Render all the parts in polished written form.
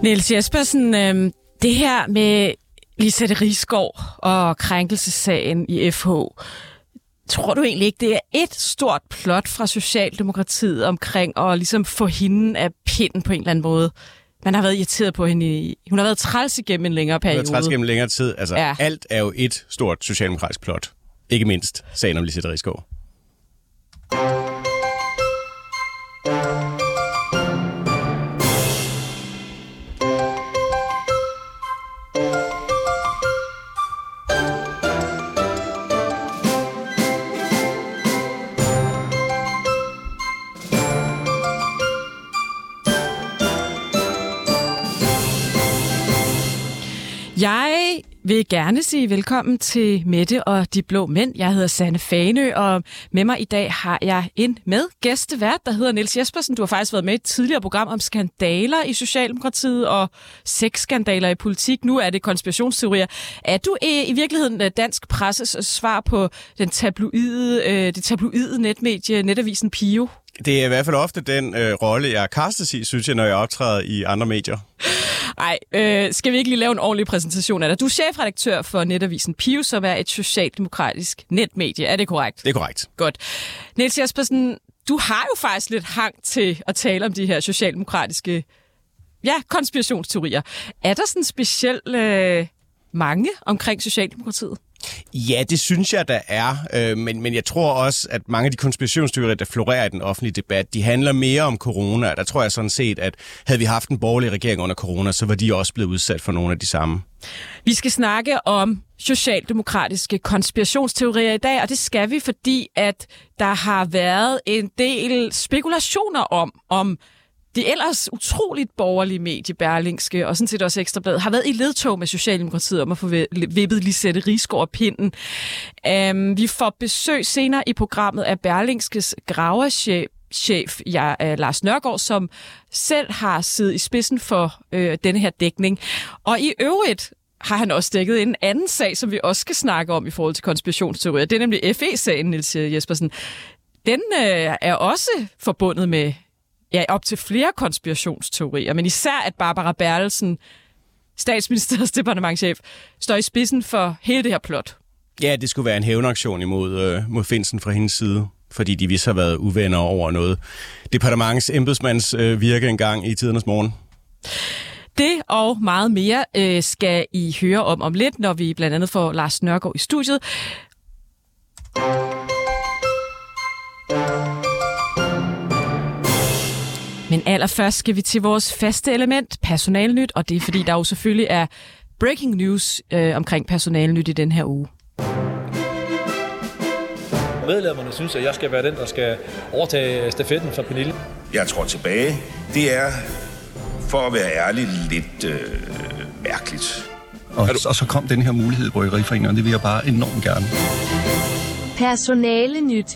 Niels Jespersen, det her med Lizette Risgaard og krænkelsessagen i FH, tror du egentlig ikke, det er et stort plot fra Socialdemokratiet omkring at ligesom få hende af pinden på en eller anden måde? Man har været irriteret på hende hun har været træls igennem en længere periode. Hun har været træls igennem længere tid. Altså, ja. Alt er jo et stort socialdemokratisk plot. Ikke mindst sagen om Lizette Risgaard. Jeg vil gerne sige velkommen til Mette og de blå mænd. Jeg hedder Sanne Fanø, og med mig i dag har jeg en medgæstevært, der hedder Niels Jespersen. Du har faktisk været med i et tidligere program om skandaler i Socialdemokratiet og sexskandaler i politik. Nu er det konspirationsteorier. Er du i virkeligheden dansk presses svar på det tabloide netmedie, netavisen Pio? Det er i hvert fald ofte den rolle, jeg kastes i, synes jeg, når jeg optræder i andre medier. Nej, skal vi ikke lige lave en ordentlig præsentation af dig? Du er chefredaktør for netavisen Pio, som er et socialdemokratisk netmedie. Er det korrekt? Det er korrekt. Godt. Niels Jespersen, du har jo faktisk lidt hang til at tale om de her socialdemokratiske konspirationsteorier. Er der sådan specielt mange omkring Socialdemokratiet? Ja, det synes jeg, der er. Men jeg tror også, at mange af de konspirationsteorier, der florerer i den offentlige debat, de handler mere om corona. Der tror jeg sådan set, at havde vi haft en borgerlig regering under corona, så var de også blevet udsat for nogle af de samme. Vi skal snakke om socialdemokratiske konspirationsteorier i dag, og det skal vi, fordi at der har været en del spekulationer om det ellers utroligt borgerlige medie Berlingske, og sådan set også Ekstra Bladet, har været i ledtog med Socialdemokratiet om at få vippet Lizette Risgaard af pinden. Vi får besøg senere i programmet af Berlingskes graverchef, Lars Nørgaard, som selv har siddet i spidsen for denne her dækning. Og i øvrigt har han også dækket en anden sag, som vi også skal snakke om i forhold til konspirationsteorier. Det er nemlig FE-sagen, Niels Jespersen. Den er også forbundet med op til flere konspirationsteorier, men især at Barbara Bertelsen, statsministeriets departementschef, står i spidsen for hele det her plot. Ja, det skulle være en hævnaktion mod Finsen fra hendes side, fordi de vist har været uvenner over noget departements embedsmands virke engang i tidernes morgen. Det og meget mere skal I høre om lidt, når vi blandt andet får Lars Nørgaard i studiet. Men allerførst skal vi til vores faste element, personalnyt, og det er fordi, der jo selvfølgelig er breaking news omkring personalnyt i den her uge. Medlemmerne synes, at jeg skal være den, der skal overtage stafetten fra Pernille. Jeg tror tilbage. Det er, for at være ærlig, lidt mærkeligt. Og så kom den her mulighed i Bryggeriforeningen, og det vil jeg bare enormt gerne. Personalenyt.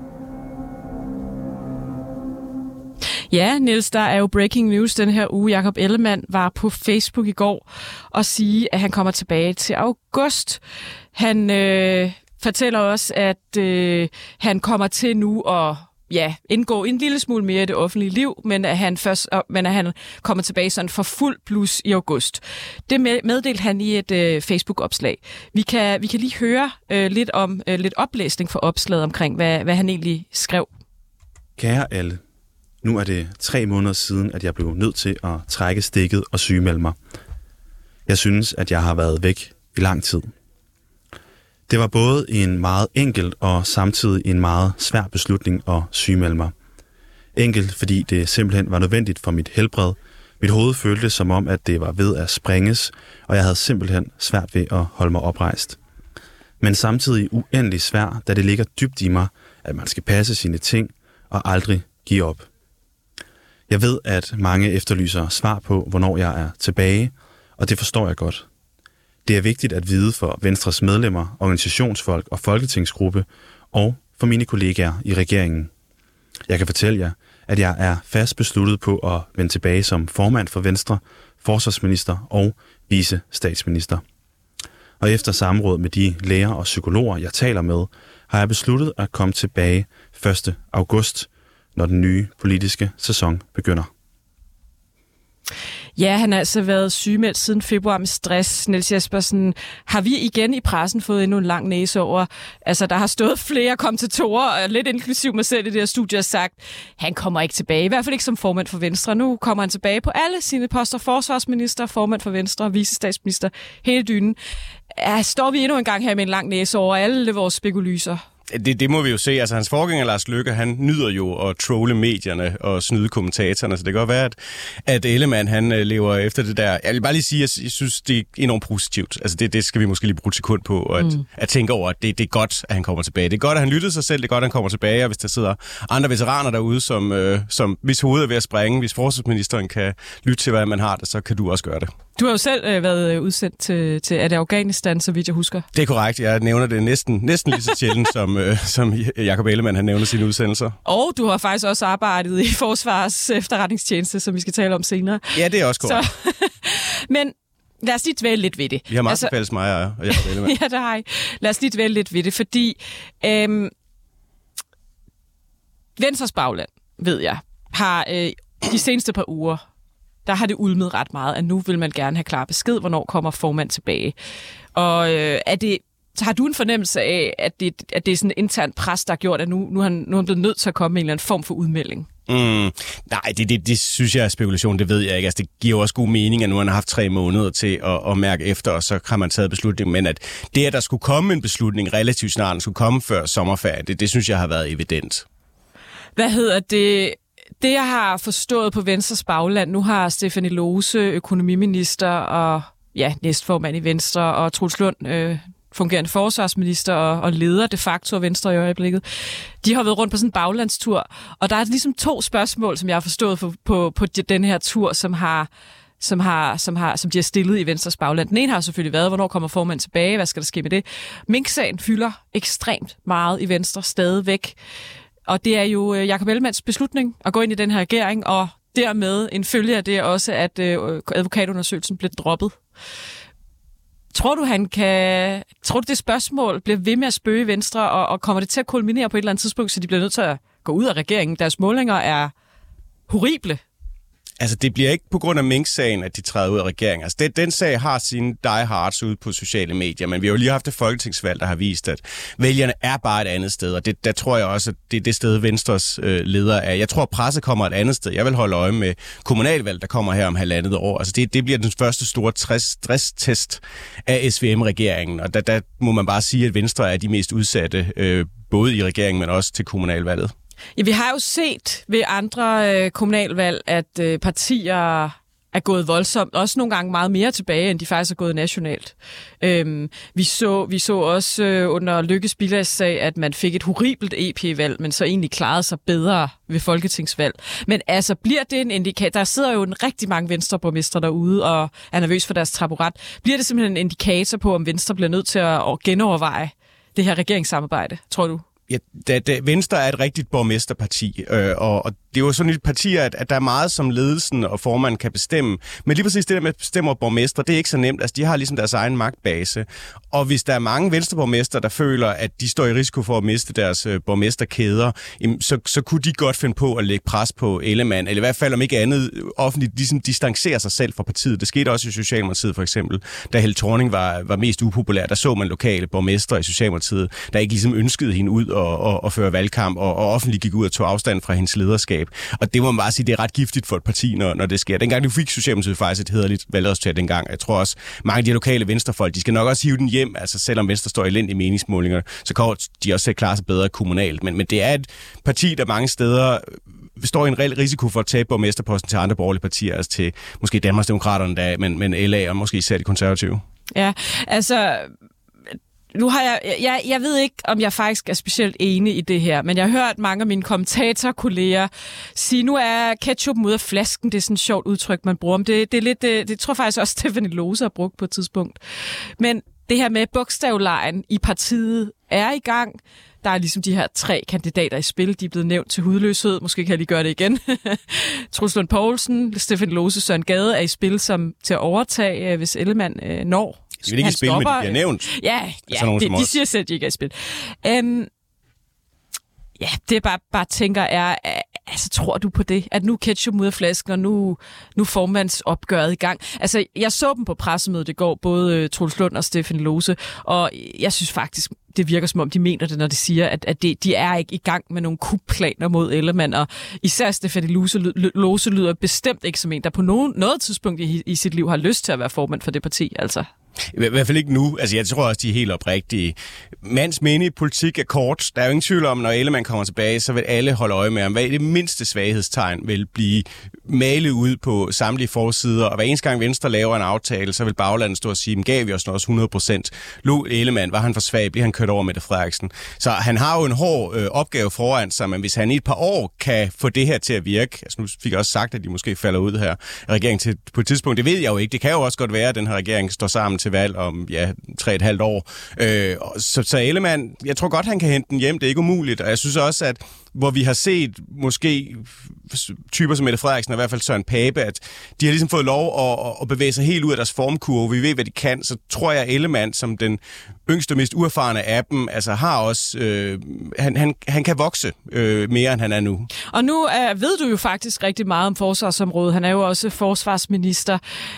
Ja, Niels, der er jo breaking news den her uge. Jakob Ellemann var på Facebook i går og sige, at han kommer tilbage til august. Han fortæller også, at han kommer til nu at indgå en lille smule mere i det offentlige liv, men at han kommer tilbage sådan for fuld blus i august. Det meddelte han i et Facebook-opslag. Vi kan lige høre lidt oplæsning for opslaget omkring, hvad han egentlig skrev. Kære alle. Nu er det 3 måneder siden, at jeg blev nødt til at trække stikket og sygemelde mig. Jeg synes, at jeg har været væk i lang tid. Det var både en meget enkel og samtidig en meget svær beslutning at sygemelde mig. Enkelt, fordi det simpelthen var nødvendigt for mit helbred. Mit hoved føltes som om, at det var ved at sprænges, og jeg havde simpelthen svært ved at holde mig oprejst. Men samtidig uendelig svær, da det ligger dybt i mig, at man skal passe sine ting og aldrig give op. Jeg ved, at mange efterlyser svar på, hvornår jeg er tilbage, og det forstår jeg godt. Det er vigtigt at vide for Venstres medlemmer, organisationsfolk og folketingsgruppe, og for mine kollegaer i regeringen. Jeg kan fortælle jer, at jeg er fast besluttet på at vende tilbage som formand for Venstre, forsvarsminister og vicestatsminister. Og efter samråd med de læger og psykologer, jeg taler med, har jeg besluttet at komme tilbage 1. august, når den nye politiske sæson begynder. Ja, han har altså været sygemeldt siden februar med stress. Niels Jespersen, har vi igen i pressen fået endnu en lang næse over? Altså, der har stået flere kommentatorer, lidt inklusiv mig selv i det her studie, og sagt, han kommer ikke tilbage. I hvert fald ikke som formand for Venstre. Nu kommer han tilbage på alle sine poster. Forsvarsminister, formand for Venstre, vicestatsminister, hele dynen. Står vi endnu en gang her med en lang næse over alle vores spekulyser? Det må vi jo se. Altså, hans forgænger, Lars Løkke, han nyder jo at trolle medierne og snyde kommentatorerne, så det kan godt være, at Ellemann, han lever efter det der. Jeg vil bare lige sige, at jeg synes, det er enormt positivt. Altså, det skal vi måske lige bruge et sekund på, og at tænke over, at det er godt, at han kommer tilbage. Det er godt, at han lyttede sig selv, det er godt, at han kommer tilbage, og hvis der sidder andre veteraner derude, som hvis hovedet er ved at springe, hvis forsvarsministeren kan lytte til, hvad man har det, så kan du også gøre det. Du har jo selv været udsendt til er det Afghanistan, så vidt jeg husker. Det er korrekt. Jeg nævner det næsten lige så sjældent, som Jakob Ellemann, han nævner sine udsendelser. Og du har faktisk også arbejdet i Forsvars efterretningstjeneste, som vi skal tale om senere. Ja, det er også korrekt. Men lad os lige dvæle lidt ved det. Vi har meget fælles mig og Jakob Ellemann. Ja, det har I. Lad os lige dvæle lidt ved det, fordi Venstres bagland, ved jeg, har de seneste par uger, der har det ulmet ret meget, at nu vil man gerne have klar besked, hvornår kommer formand tilbage. Og har du en fornemmelse af, at det er sådan en intern pres, der har gjort, at nu er han blevet nødt til at komme med en eller anden form for udmelding? Nej, det synes jeg er spekulation, det ved jeg ikke. Altså, det giver også god mening, at nu han har haft 3 måneder til at mærke efter, og så har man taget beslutning. Men at der skulle komme en beslutning relativt snart, den skulle komme før sommerferien, det synes jeg har været evident. Hvad hedder det? Det, jeg har forstået på Venstres bagland, nu har Stephanie Lose, økonomiminister og næstformand i Venstre, og Troels Lund, fungerende forsvarsminister og leder de facto af Venstre i øjeblikket. De har været rundt på sådan en baglandstur, og der er ligesom 2 spørgsmål, som jeg har forstået på den her tur, som de har stillet i Venstres bagland. Den ene har selvfølgelig været, hvornår kommer formanden tilbage, hvad skal der ske med det? Mink-sagen fylder ekstremt meget i Venstre stadigvæk. Og det er jo Jakob Ellemanns beslutning at gå ind i den her regering, og dermed en følge af det også, at advokatundersøgelsen blev droppet. Tror du det spørgsmål bliver ved med at spøge Venstre, og kommer det til at kulminere på et eller andet tidspunkt, så de bliver nødt til at gå ud af regeringen? Deres målinger er horrible. Altså, det bliver ikke på grund af Mink-sagen, at de træder ud af regeringen. Altså, den sag har sine diehards ude på sociale medier, men vi har jo lige haft et folketingsvalg, der har vist, at vælgerne er bare et andet sted, og der tror jeg også, at det er det sted, Venstres leder er. Jeg tror, presset kommer et andet sted. Jeg vil holde øje med kommunalvalg, der kommer her om 1,5 år. Altså, det bliver den første store stresstest af SVM-regeringen, og der må man bare sige, at Venstre er de mest udsatte, både i regeringen, men også til kommunalvalget. Ja, vi har jo set ved andre kommunalvalg, at partier er gået voldsomt, også nogle gange meget mere tilbage, end de faktisk er gået nationalt. Vi så også under Lykkes Bilags-sag, at man fik et horribelt EP-valg, men så egentlig klarede sig bedre ved folketingsvalg. Men altså, bliver det en indikator? Der sidder jo rigtig mange venstreborgmestre derude og er nervøs for deres taburet. Bliver det simpelthen en indikator på, om Venstre bliver nødt til at genoverveje det her regeringssamarbejde, tror du? Ja, Venstre er et rigtigt borgmesterparti, og det er jo sådan et parti, at der er meget, som ledelsen og formanden kan bestemme. Men lige præcis det der med at bestemme borgmester, det er ikke så nemt. Altså, de har ligesom deres egen magtbase. Og hvis der er mange venstreborgmester, der føler, at de står i risiko for at miste deres borgmesterkæder, så kunne de godt finde på at lægge pres på Ellemann, eller i hvert fald om ikke andet offentligt ligesom distancerer sig selv fra partiet. Det skete også i Socialdemokratiet for eksempel, da Helle Thorning var mest upopulær. Der så man lokale borgmester i Socialdemokratiet, der ikke ligesom ønskede hende ud og føre valgkamp, og offentligt gik ud og tog afstand fra hendes lederskab. Og det må man bare sige, det er ret giftigt for et parti, når det sker. Dengang du fik Socialdemokratiet faktisk et hæderligt valgresultat dengang. Jeg tror også, mange af de lokale venstrefolk, de skal nok også hive den hjem. Altså selvom Venstre står elendigt i meningsmålinger, så kommer de også til at klare sig bedre kommunalt. Men det er et parti, der mange steder står i en reel risiko for at tabe borgmesterposten til andre borgerlige partier, altså til måske Danmarksdemokraterne, men LA og måske især de konservative. Ja, altså nu har jeg ved ikke, om jeg faktisk er specielt enig i det her, men jeg har hørt mange af mine kommentatorkolleger sige, nu er ketchupen ud af flasken, det er sådan et sjovt udtryk, man bruger. Det er lidt, det tror jeg faktisk også Stephanie Lose har brugt på et tidspunkt. Men det her med bogstavlejen i partiet er i gang. Der er ligesom de her 3 kandidater i spil, de er blevet nævnt til hudløshed. Måske kan jeg lige gøre det igen. Troels Lund Poulsen, Stephanie Lose, Søren Gade er i spil til at overtage, hvis Ellemann når. De vil ikke i spil, men de bliver nævnt. Ja, de siger selv, at de ikke er i spil. Ja, det jeg bare tænker er, altså tror du på det? At nu ketchup ud af flasken, og nu formandsopgøret i gang. Altså, jeg så dem på pressemødet i går, både Troels Lund og Steffen Lose, og jeg synes faktisk, det virker som om, de mener det, når de siger, at de er ikke i gang med nogle kupplaner mod Ellemann, og især Steffen Lose lyder bestemt ikke som en, der på noget tidspunkt i sit liv har lyst til at være formand for det parti, altså. I hvert fald ikke nu. Altså, jeg tror også, de er helt oprigtige. Mands minde i politik er kort. Der er jo ingen tvivl om, når Ellemann kommer tilbage, så vil alle holde øje med ham. Hvad i det mindste svaghedstegn vil blive malet ud på samtlige forsider, og hver eneste gang Venstre laver en aftale, så vil baglandet stå og sige, gav vi os også 100%. Lå Ellemann, var han for svag, bliver han kørt over Mette Frederiksen. Så han har jo en hård opgave foran sig, men hvis han i et par år kan få det her til at virke, altså nu fik jeg også sagt, at de måske falder ud her, regeringen på et tidspunkt, det ved jeg jo ikke. Det kan jo også godt være, at den her regering står sammen til valg om 3,5 år. Så Ellemann, jeg tror godt, han kan hente den hjem. Det er ikke umuligt. Og jeg synes også, at hvor vi har set måske typer som Mette Frederiksen, og i hvert fald Søren Pape, at de har ligesom fået lov at bevæge sig helt ud af deres formkurve. Vi ved, hvad de kan. Så tror jeg, Ellemann, som den yngste og mest uerfarne af dem, altså har også... han kan vokse mere, end han er nu. Og nu ved du jo faktisk rigtig meget om forsvarsområdet. Han er jo også forsvarsminister.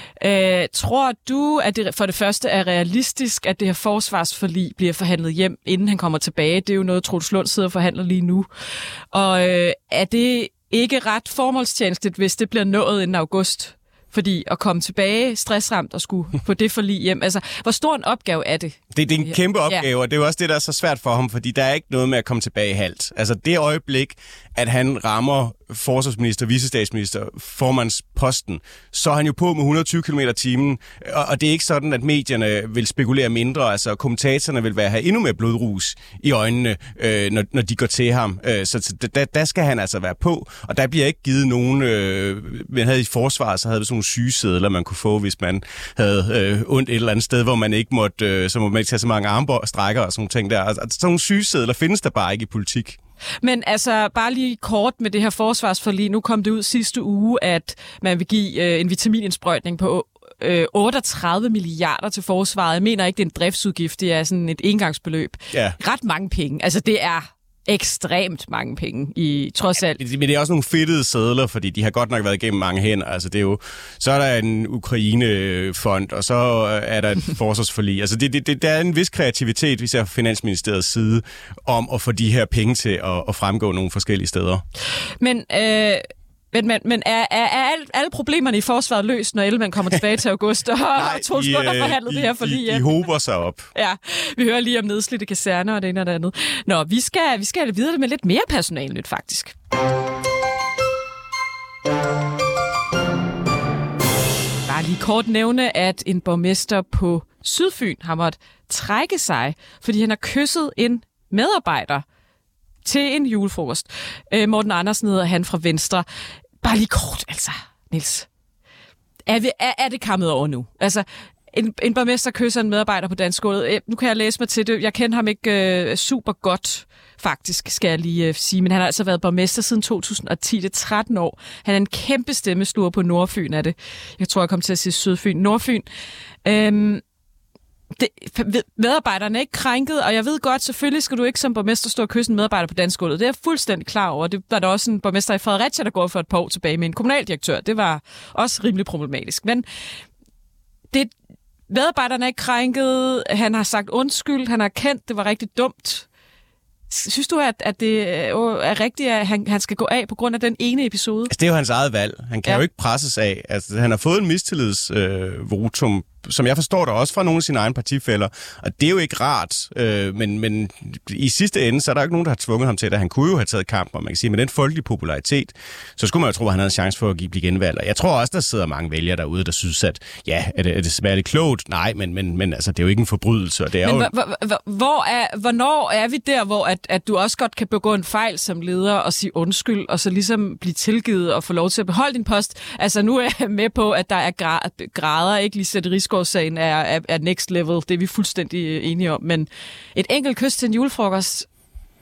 Tror du, at det for det første er realistisk, at det her forsvarsforlig bliver forhandlet hjem, inden han kommer tilbage? Det er jo noget, Troels Lund sidder og forhandler lige nu. Og er det ikke ret formålstjenestligt, hvis det bliver nået inden august? Fordi at komme tilbage stressramt og skulle få det forlig hjem. Altså, hvor stor en opgave er det? Det er en kæmpe opgave, og det er jo også det, der er så svært for ham, fordi der er ikke noget med at komme tilbage halvt. Altså, det øjeblik, at han rammer forsvarsminister, vicestatsminister, formandsposten, så er han jo på med 120 km/t, og det er ikke sådan, at medierne vil spekulere mindre. Altså, kommentatorerne vil have endnu mere blodrus i øjnene, når de går til ham. Så der skal han altså være på, og der bliver ikke givet nogen... man havde i forsvaret, så havde vi sådan nogle sygesedler, man kunne få, hvis man havde ondt et eller andet sted, hvor man ikke måtte, så må man ikke tage så mange armstrækker og sådan nogle ting der. Altså, sådan nogle sygesedler findes der bare ikke i politik. Men altså, bare lige kort med det her forsvarsforlig. Nu kom det ud sidste uge, at man vil give en vitaminindsprøjtning på 38 milliarder til forsvaret. Jeg mener ikke, det er en driftsudgift, det er sådan et engangsbeløb. Ja. Ret mange penge. Altså, det er ekstremt mange penge i trods alt. Men det er også nogle fedtede sedler, fordi de har godt nok været igennem mange hænder. Altså det er jo, så er der en Ukraine-fond, og så er der et forsvarsforlig. Altså der er en vis kreativitet, vi ser fra Finansministeriets side, om at få de her penge til at fremgå nogle forskellige steder. Men er alle problemerne i forsvaret løst, når Ellemann kommer tilbage til august, og Troels Lund har forhandlet det her forlig? De hober sig op. Ja, vi hører lige om nedslidte kaserner og det ene og det andet. Nå, vi skal videre med lidt mere personalnyt, faktisk. Bare lige kort nævne, at en borgmester på Sydfyn har måttet trække sig, fordi han har kysset en medarbejder til en julefrokost. Morten Andersen hedder han fra Venstre. Bare lige kort, altså, Niels. Er det kammet over nu? Altså, en borgmester kysser en medarbejder på dansk skole. Nu kan jeg læse mig til det. Jeg kender ham ikke super godt, faktisk, skal jeg lige sige. Men han har altså været borgmester siden 2010. Det er 13 år. Han er en kæmpe stemmesluger på Nordfyn, er det. Jeg tror, jeg kom til at sige Sydfyn. Nordfyn. Medarbejderne er ikke krænket, og jeg ved godt, selvfølgelig skal du ikke som borgmester stå og kysse en medarbejder på dansgulvet. Det er jeg fuldstændig klar over. Det var der også en borgmester i Fredericia, der går for et par år tilbage med en kommunaldirektør. Det var også rimelig problematisk. Men medarbejderne er ikke krænket. Han har sagt undskyld. Han har kendt, det var rigtig dumt. Synes du, at det er rigtigt, at han skal gå af på grund af den ene episode? Altså, det er jo hans eget valg. Han kan jo ikke presses af. Altså, han har fået en mistillidsvotum, som jeg forstår det også fra nogle af sine egne partifæller. Og det er jo ikke rart. Men i sidste ende, så er der ikke nogen, der har tvunget ham til det. Han kunne jo have taget kampen, og man kan sige, med den folkelige popularitet, så skulle man jo tro, at han havde en chance for at blive genvalgt. Og jeg tror også, der sidder mange vælgere derude, der synes, at ja, er det svært klogt? Nej, men altså, det er jo ikke en forbrydelse. Og det er hvornår er vi der, hvor at du også godt kan begå en fejl som leder og sige undskyld, og så ligesom blive tilgivet og få lov til at beholde din post? Altså, nu er jeg med på, at der er grader, ikke lige sætte Rigsgaard-sagen er next level. Det er vi fuldstændig enige om. Men et enkelt kys til en julefrokost?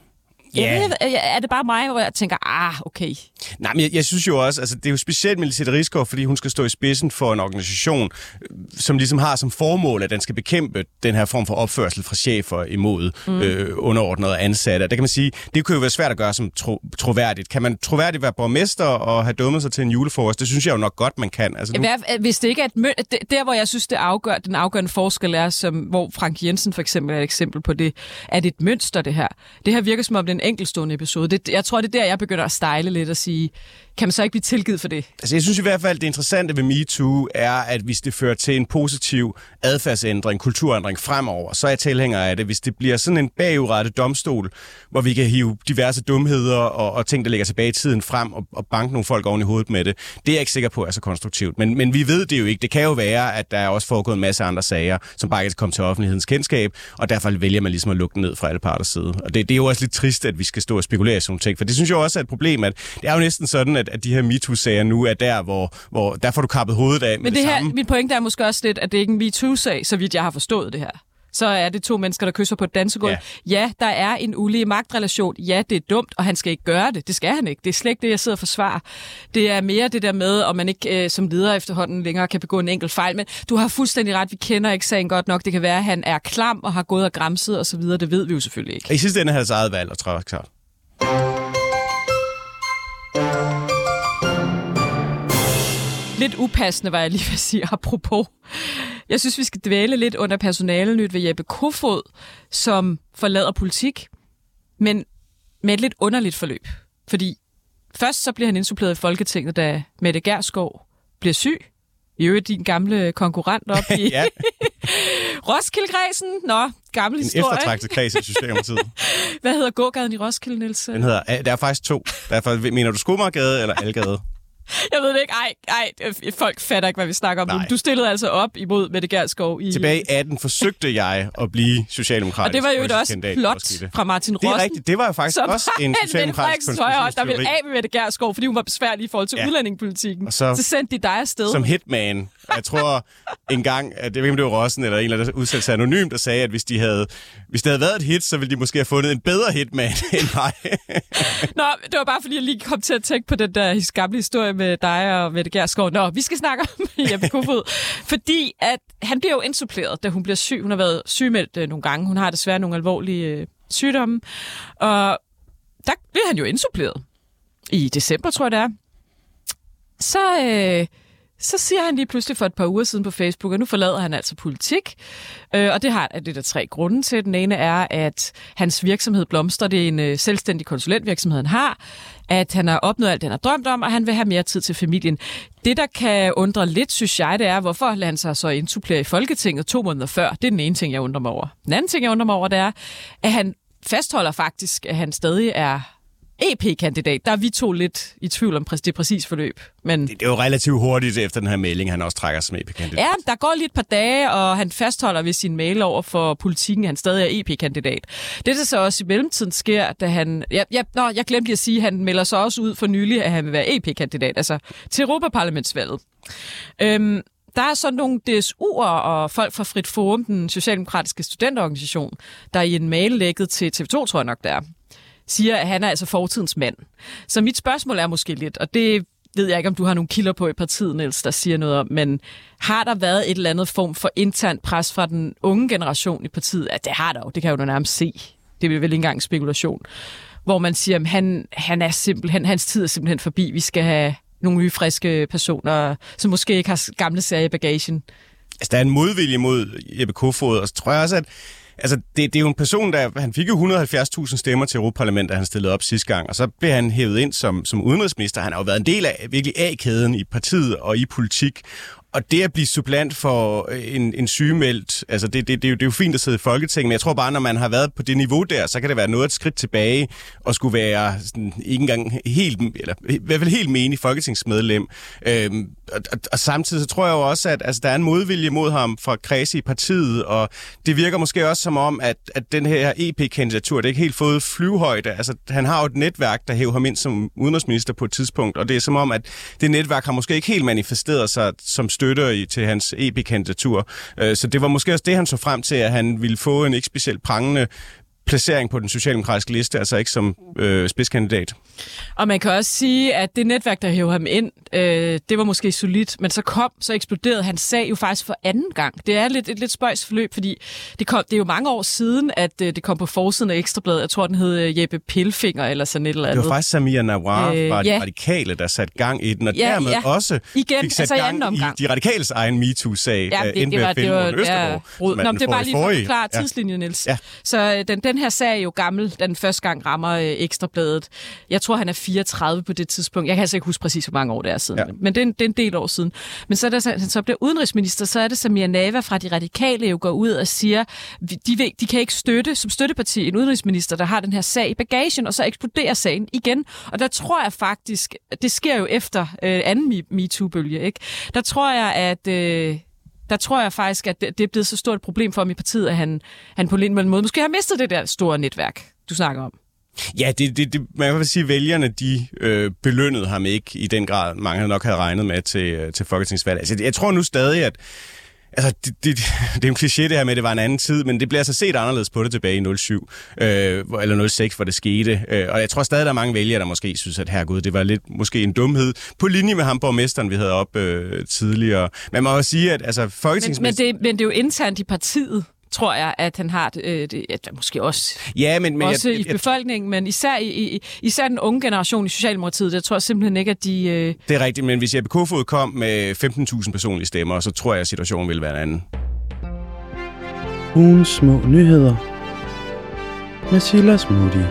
Er det bare mig, hvor jeg tænker, okay. Nej, men jeg synes jo også, altså det er jo specielt med Lizette Risgaard, fordi hun skal stå i spidsen for en organisation, som ligesom har som formål, at den skal bekæmpe den her form for opførsel fra chefer imod underordnede ansatte. Der kan man sige, det kan jo være svært at gøre som troværdigt. Kan man troværdigt være borgmester og have dummet sig til en julefrokost? Det synes jeg jo nok godt, man kan. Altså, hvis det ikke er der, hvor jeg synes, den afgørende forskel er, hvor Frank Jensen for eksempel er et eksempel på det, er det et mønster, det her. Det her virker som om det er en enkeltstående episode. Jeg tror, det er der, jeg begynder at stejle lidt og sige, kan man så ikke blive tilgivet for det? Altså, jeg synes i hvert fald, det interessante ved MeToo er, at hvis det fører til en positiv adfærdsændring, kulturændring fremover, så er jeg tilhænger af det. Hvis det bliver sådan en bagudrettet domstol, hvor vi kan hive diverse dumheder og ting, der ligger tilbage i tiden frem og banke nogle folk oven i hovedet med det, det er jeg ikke sikker på er så konstruktivt. Men vi ved det jo ikke. Det kan jo være, at der er også foregået en masse andre sager, som bare ikke kommer til offentlighedens kendskab, og derfor vælger man ligesom at lukke ned fra alle parters side. Og det er jo også lidt trist, at vi skal stå og spekulere i sådan nogle ting, for det synes jeg også er et problem, at det er jo næsten sådan, at de her MeToo-sager nu er der, hvor der får du kappet hovedet af med det samme. Men min pointe er måske også lidt, at det ikke er en MeToo-sag, så vidt jeg har forstået det her. Så er det 2 mennesker, der kysser på et dansegulv. Ja, der er en ulige magtrelation. Ja, det er dumt, og han skal ikke gøre det. Det skal han ikke. Det er slet ikke det, jeg sidder og forsvarer. Det er mere det der med, om man ikke som leder efterhånden længere kan begå en enkelt fejl. Men du har fuldstændig ret. Vi kender ikke sagen godt nok. Det kan være, at han er klam og har gået og gramset og så videre. Det ved vi jo selvfølgelig ikke. I sidste ende har hans eget valg, og tror jeg klart. Lidt upassende, var jeg lige vil sige, apropos. Jeg synes, vi skal dvæle lidt under personalenyt ved Jeppe Kofod, som forlader politik, men med et lidt underligt forløb. Fordi først så bliver han indsuppleret i Folketinget, da Mette Gjerskov bliver syg. I øvrigt din gamle konkurrent op i Roskilde-kredsen. Gammel historie. En eftertragtet kreds i Socialdemokratiet. Hvad hedder gågaden i Roskilde, Niels? Den hedder, der er faktisk 2. Derfor, mener du Skomagergade eller Algade? Jeg ved det ikke. Folk fatter ikke, hvad vi snakker om. Nej. Du stillede altså op imod Mette Gjerskov i... Tilbage i 18 forsøgte jeg at blive socialdemokratisk. Og det var jo også flot fra Martin Rossen. Det er rigtigt. Det var jo faktisk også en socialdemokratisk konspirationsteori. Der ville af med Mette Gjerskov, fordi hun var besværlig i forhold til udlændingepolitikken. Så sendte de dig afsted. Som hitman. Jeg tror engang, at det var Rossen eller en eller anden udsættelse anonymt, der sagde, at hvis det havde været et hit, så ville de måske have fundet en bedre hitman end mig. Nå, det var bare fordi, jeg lige kom til at tænke på den der gamle historie med dig og Mette Gjerskov. Vi skal snakke om Jeppe Kofod. Fordi at han bliver jo insuppleret, da hun bliver syg. Hun har været sygemeldt nogle gange. Hun har desværre nogle alvorlige sygdomme. Og der bliver han jo insuppleret. I december, tror jeg det er. Så siger han lige pludselig for et par uger siden på Facebook, at nu forlader han altså politik. Og det er der 3 grunde til. Den ene er, at hans virksomhed blomstrer. Det er en selvstændig konsulentvirksomhed, han har. At han har opnået alt, han har drømt om, og han vil have mere tid til familien. Det, der kan undre lidt, synes jeg, det er, hvorfor lader han sig så indsupplere i Folketinget 2 måneder før. Det er den ene ting, jeg undrer mig over. Den anden ting, jeg undrer mig over, det er, at han fastholder faktisk, at han stadig er EP-kandidat. Der er vi 2 lidt i tvivl om det præcis forløb. Men det er jo relativt hurtigt efter den her melding, han også trækker som EP-kandidat. Ja, der går lige et par dage, og han fastholder ved sin mail over for politikken, at han stadig er EP-kandidat. Det, der så også i mellemtiden sker, da han... Jeg glemte lige at sige, at han melder så også ud for nylig, at han vil være EP-kandidat, altså til Europaparlamentsvalget. Der er sådan nogle DSU'er og folk fra Frit Forum, den socialdemokratiske studenterorganisation, der i en mail lægget til TV2, tror jeg nok, der er, siger, at han er altså fortidens mand. Så mit spørgsmål er måske lidt, og det ved jeg ikke, om du har nogle kilder på i partiet, Niels, der siger noget om, men har der været et eller andet form for internt pres fra den unge generation i partiet? Ja, det har der jo, det kan jeg jo nærmest se. Det er vel ikke engang spekulation. Hvor man siger, at hans tid er simpelthen forbi. Vi skal have nogle nye, friske personer, som måske ikke har gamle serier i bagagen. Altså, der er en modvilje mod Jeppe Kofod, og så tror jeg også, at det er jo en person, han fik jo 170.000 stemmer til Europaparlamentet, da han stillede op sidste gang, og så blev han hævet ind som udenrigsminister. Han har jo været en del af virkelig A-kæden i partiet og i politik. Og det at blive supplant for en sygemeldt, altså det er jo fint at sidde i Folketinget, men jeg tror bare, når man har været på det niveau der, så kan det være noget et skridt tilbage og skulle være sådan, ikke engang helt, eller i hvert fald helt menig folketingsmedlem. Og samtidig så tror jeg jo også, at altså, der er en modvilje mod ham fra kredse i partiet, og det virker måske også som om, at den her EP-kandidatur, det er ikke helt fået flyvehøjde. Altså, han har jo et netværk, der hæver ham ind som udenrigsminister på et tidspunkt, og det er som om, at det netværk har måske ikke helt manifesteret sig som støtter til hans EP-kandidatur. Så det var måske også det, han så frem til, at han ville få en ikke specielt prangende placering på den socialdemokratiske liste, altså ikke som spidskandidat. Og man kan også sige, at det netværk, der hævde ham ind, det var måske solidt, men så eksploderede hans sag jo faktisk for anden gang. Det er et lidt spøjs forløb, fordi det er jo mange år siden, at det kom på forsiden af Ekstrabladet. Jeg tror, den hed Jeppe Pilfinger eller sådan et eller andet. Det var faktisk Samia Nawar fra de radikale, der satte gang i den, og dermed også fik sat gang i de radikales egen MeToo-sag. Ja, det var det er bare lige for at forklare tidslinjen, Niels. Ja. Så den her sag er jo gammel, den første gang rammer Ekstrabladet. Jeg tror, han er 34 på det tidspunkt. Jeg kan altså ikke huske præcis, hvor mange år det er siden. Ja. Men det er en del år siden. Men så han så bliver udenrigsminister, så er det Samia Nawar fra de radikale jo går ud og siger, de kan ikke støtte som støtteparti en udenrigsminister, der har den her sag i bagagen, og så eksploderer sagen igen. Og der tror jeg faktisk, det sker jo efter anden MeToo-bølge, ikke? Der tror jeg faktisk, at det er blevet så stort et problem for ham i partiet, at han på en eller anden måde måske har mistet det der store netværk, du snakker om. Ja, man kan sige, at vælgerne, de belønnede ham ikke i den grad, mange nok havde regnet med til folketingsvalget. Altså, jeg tror nu stadig, at altså, det er en kliché det her med, at det var en anden tid, men det bliver altså set anderledes på det tilbage i 07 eller 06, hvor det skete. Og jeg tror stadig, der er mange vælgere, der måske synes, at herregud, det var lidt måske en dumhed på linje med ham, borgmesteren, vi havde op tidligere. Man må også sige, at altså, folketingsmedlemmer... Men det er jo internt i partiet, tror jeg, at han har det måske også, men også i befolkningen, men især den unge generation i Socialdemokratiet, der tror jeg simpelthen ikke, at de... Det er rigtigt, men hvis Jeppe Kofod kom med 15.000 personlige stemmer, så tror jeg, at situationen ville være en anden. Ugens små nyheder med Silas Moody.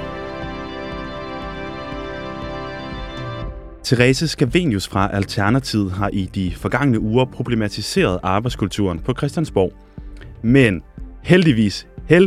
Therese Scavenius fra Alternativet har i de forgangne uger problematiseret arbejdskulturen på Christiansborg. Men heldigvis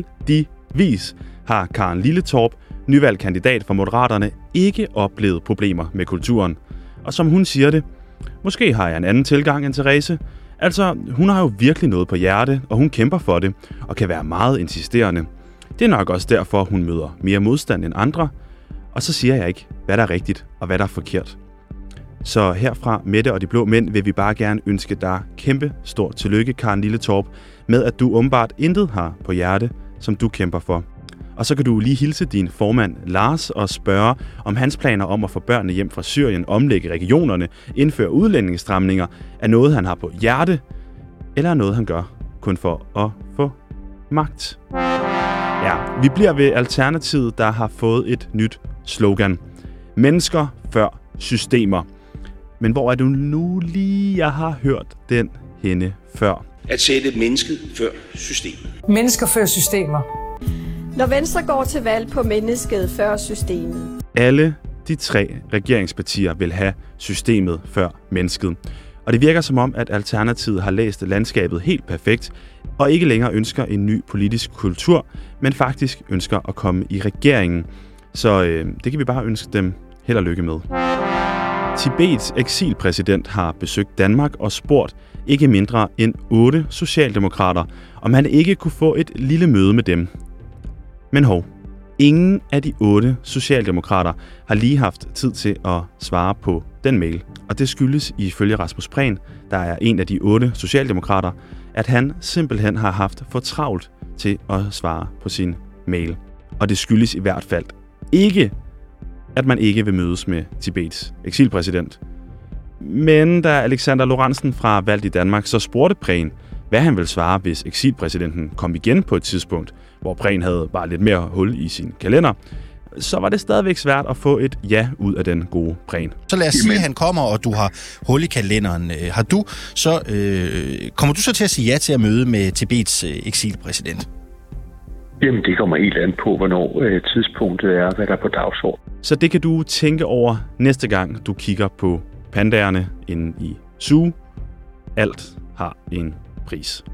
har Karen Lilletorp, nyvalgt kandidat for Moderaterne, ikke oplevet problemer med kulturen. Og som hun siger det, måske har jeg en anden tilgang end Therese. Altså, hun har jo virkelig noget på hjerte, og hun kæmper for det, og kan være meget insisterende. Det er nok også derfor, hun møder mere modstand end andre. Og så siger jeg ikke, hvad der er rigtigt og hvad der er forkert. Så herfra Mette og de blå mænd vil vi bare gerne ønske dig kæmpe stort tillykke, Karen Lilletorp, med at du åbenbart intet har på hjerte, som du kæmper for. Og så kan du lige hilse din formand Lars og spørge, om hans planer om at få børnene hjem fra Syrien, omlægge regionerne, indføre udlændingestramninger, er noget, han har på hjerte, eller er noget, han gør kun for at få magt. Ja, vi bliver ved Alternativet, der har fået et nyt slogan. Mennesker før systemer. Men hvor er du nu lige, jeg har hørt den henne før? At sætte mennesket før systemet. Mennesker før systemer. Når Venstre går til valg på mennesket før systemet. Alle de 3 regeringspartier vil have systemet før mennesket. Og det virker som om, at Alternativet har læst landskabet helt perfekt, og ikke længere ønsker en ny politisk kultur, men faktisk ønsker at komme i regeringen. Så det kan vi bare ønske dem held og lykke med. Tibets eksilpræsident har besøgt Danmark og spurgt ikke mindre end 8 socialdemokrater, om han ikke kunne få et lille møde med dem. Men ingen af de 8 socialdemokrater har lige haft tid til at svare på den mail. Og det skyldes ifølge Rasmus Prehn, der er en af de 8 socialdemokrater, at han simpelthen har haft for travlt til at svare på sin mail. Og det skyldes i hvert fald ikke, at man ikke vil mødes med Tibets eksilpræsident. Men da Alexander Lorentzen fra Valgt i Danmark så spurgte Prehn, hvad han ville svare, hvis eksilpræsidenten kom igen på et tidspunkt, hvor Prehn havde bare lidt mere hul i sin kalender, så var det stadigvæk svært at få et ja ud af den gode Prehn. Så lad os sige, at han kommer, og du har hul i kalenderen. Kommer du så til at sige ja til at møde med Tibets eksilpræsident? Jamen, det kommer helt an på, hvornår tidspunktet er, hvad der er på dagsordenen. Så det kan du tænke over næste gang, du kigger på pandaerne inde i Zoo. Alt har en pris.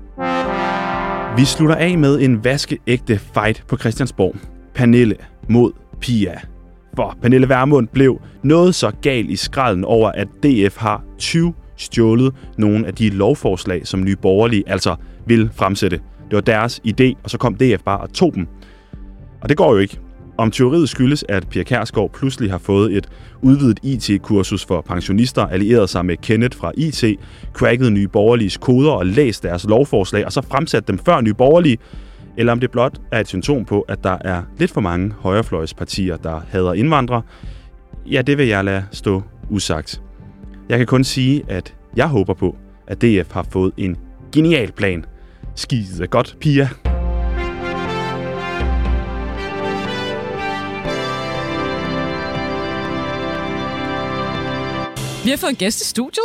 Vi slutter af med en vaskeægte fight på Christiansborg. Pernille mod Pia. For Pernille Vermund blev noget så galt i skralden over, at DF har stjålet nogle af de lovforslag, som Nye Borgerlige altså vil fremsætte. Det var deres idé, og så kom DF bare og tog dem. Og det går jo ikke. Om teoriet skyldes, at Pia Kjærsgaard pludselig har fået et udvidet IT-kursus for pensionister, allieret sig med Kenneth fra IT, cracket Nye Borgerliges koder og læst deres lovforslag, og så fremsat dem før Nye Borgerlige, eller om det blot er et symptom på, at der er lidt for mange højrefløjspartier, der hader indvandrere, ja, det vil jeg lade stå usagt. Jeg kan kun sige, at jeg håber på, at DF har fået en genial plan. Skide godt, Pia. Vi har fået en gæst i studiet.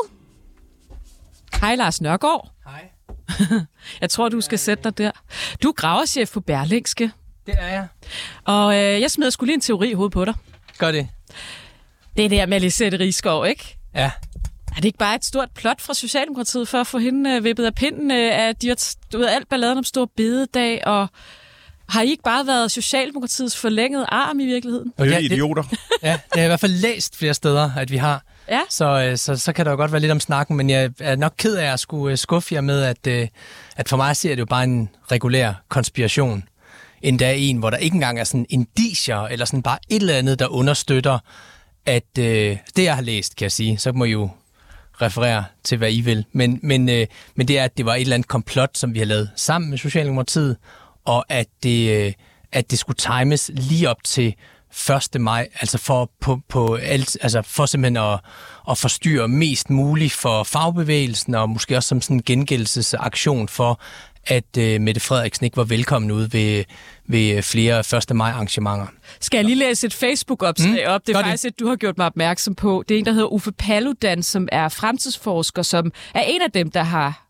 Hej, Lars Nørgaard. Hej. Jeg tror, du skal sætte dig der. Du er graverchef på Berlingske. Det er jeg. Og jeg smider sgu lige en teori i hovedet på dig. Gør det. Det er der med Lisette Risgaard, ikke? Ja. Er det ikke bare et stort plot fra Socialdemokratiet for at få hende vippet af pinden, at de har alt balladen om stor bededag, og har I ikke bare været Socialdemokratiets forlængede arm i virkeligheden? Og det er idioter. Ja, det har jeg i hvert fald læst flere steder, at vi har. Ja. Så kan der jo godt være lidt om snakken, men jeg er nok ked af at skulle skuffe jer med, at for mig ser det jo bare en regulær konspiration. Endda en, hvor der ikke engang er sådan indicier, eller sådan bare et eller andet, der understøtter, at det jeg har læst, kan jeg sige, så må I jo referere til, hvad I vil. Men det er, at det var et eller andet komplot, som vi har lavet sammen med Socialdemokratiet, og at det skulle times lige op til 1. maj, altså for simpelthen at forstyrre mest muligt for fagbevægelsen, og måske også som sådan en gengældelsesaktion for, at Mette Frederiksen ikke var velkommen ude ved flere 1. maj arrangementer. Skal jeg lige læse et Facebook-opslag op? Det er faktisk et, du har gjort mig opmærksom på. Det er en, der hedder Uffe Paludan, som er fremtidsforsker, som er en af dem, der har,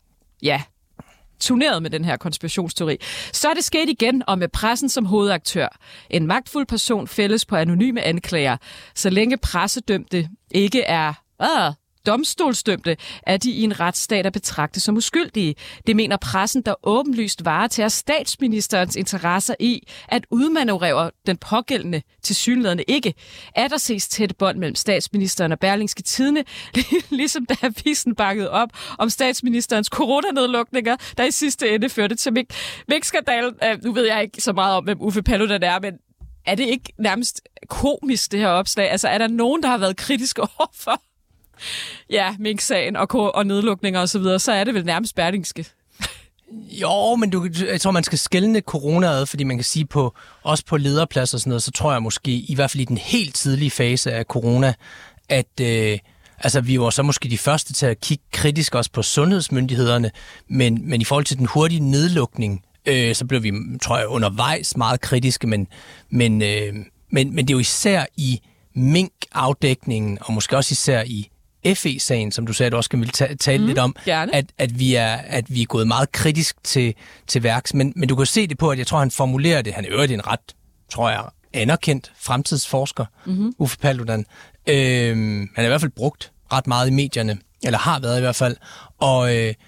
turneret med den her konspirationsteori. Så er det sket igen, og med pressen som hovedaktør. En magtfuld person fælles på anonyme anklager. Så længe pressedømte ikke er domstolsdømte, er de i en retsstat at betragte som uskyldige. Det mener pressen, der åbenlyst varetager statsministerens interesser i at udmanøvrere den pågældende tilsyneladende ikke. Er der ses tætte bånd mellem statsministeren og Berlingske Tidende, ligesom da avisen bakkede op om statsministerens coronanedlukninger, der i sidste ende førte til minkskandalen. Nu ved jeg ikke så meget om, hvem Uffe Paludan er, men er det ikke nærmest komisk, det her opslag? Altså, er der nogen, der har været kritiske overfor mink-sagen og nedlukninger og så videre, så er det vel nærmest Berlingske. Jo, men jeg tror, man skal skelne corona ad, fordi man kan sige også på lederpladser og sådan noget, så tror jeg måske, i hvert fald i den helt tidlige fase af corona, at vi var så måske de første til at kigge kritisk også på sundhedsmyndighederne, men i forhold til den hurtige nedlukning, så blev vi, tror jeg, undervejs meget kritiske, men det er jo især i mink-afdækningen, og måske også især i FE-sagen, som du sagde, du også kan tale lidt om, at vi er gået meget kritisk til værks. Men du kan se det på, at jeg tror, han formulerer det. Han er øvrigt en ret, tror jeg, anerkendt fremtidsforsker, Uffe Paludan. Han er i hvert fald brugt ret meget i medierne, eller har været i hvert fald. Og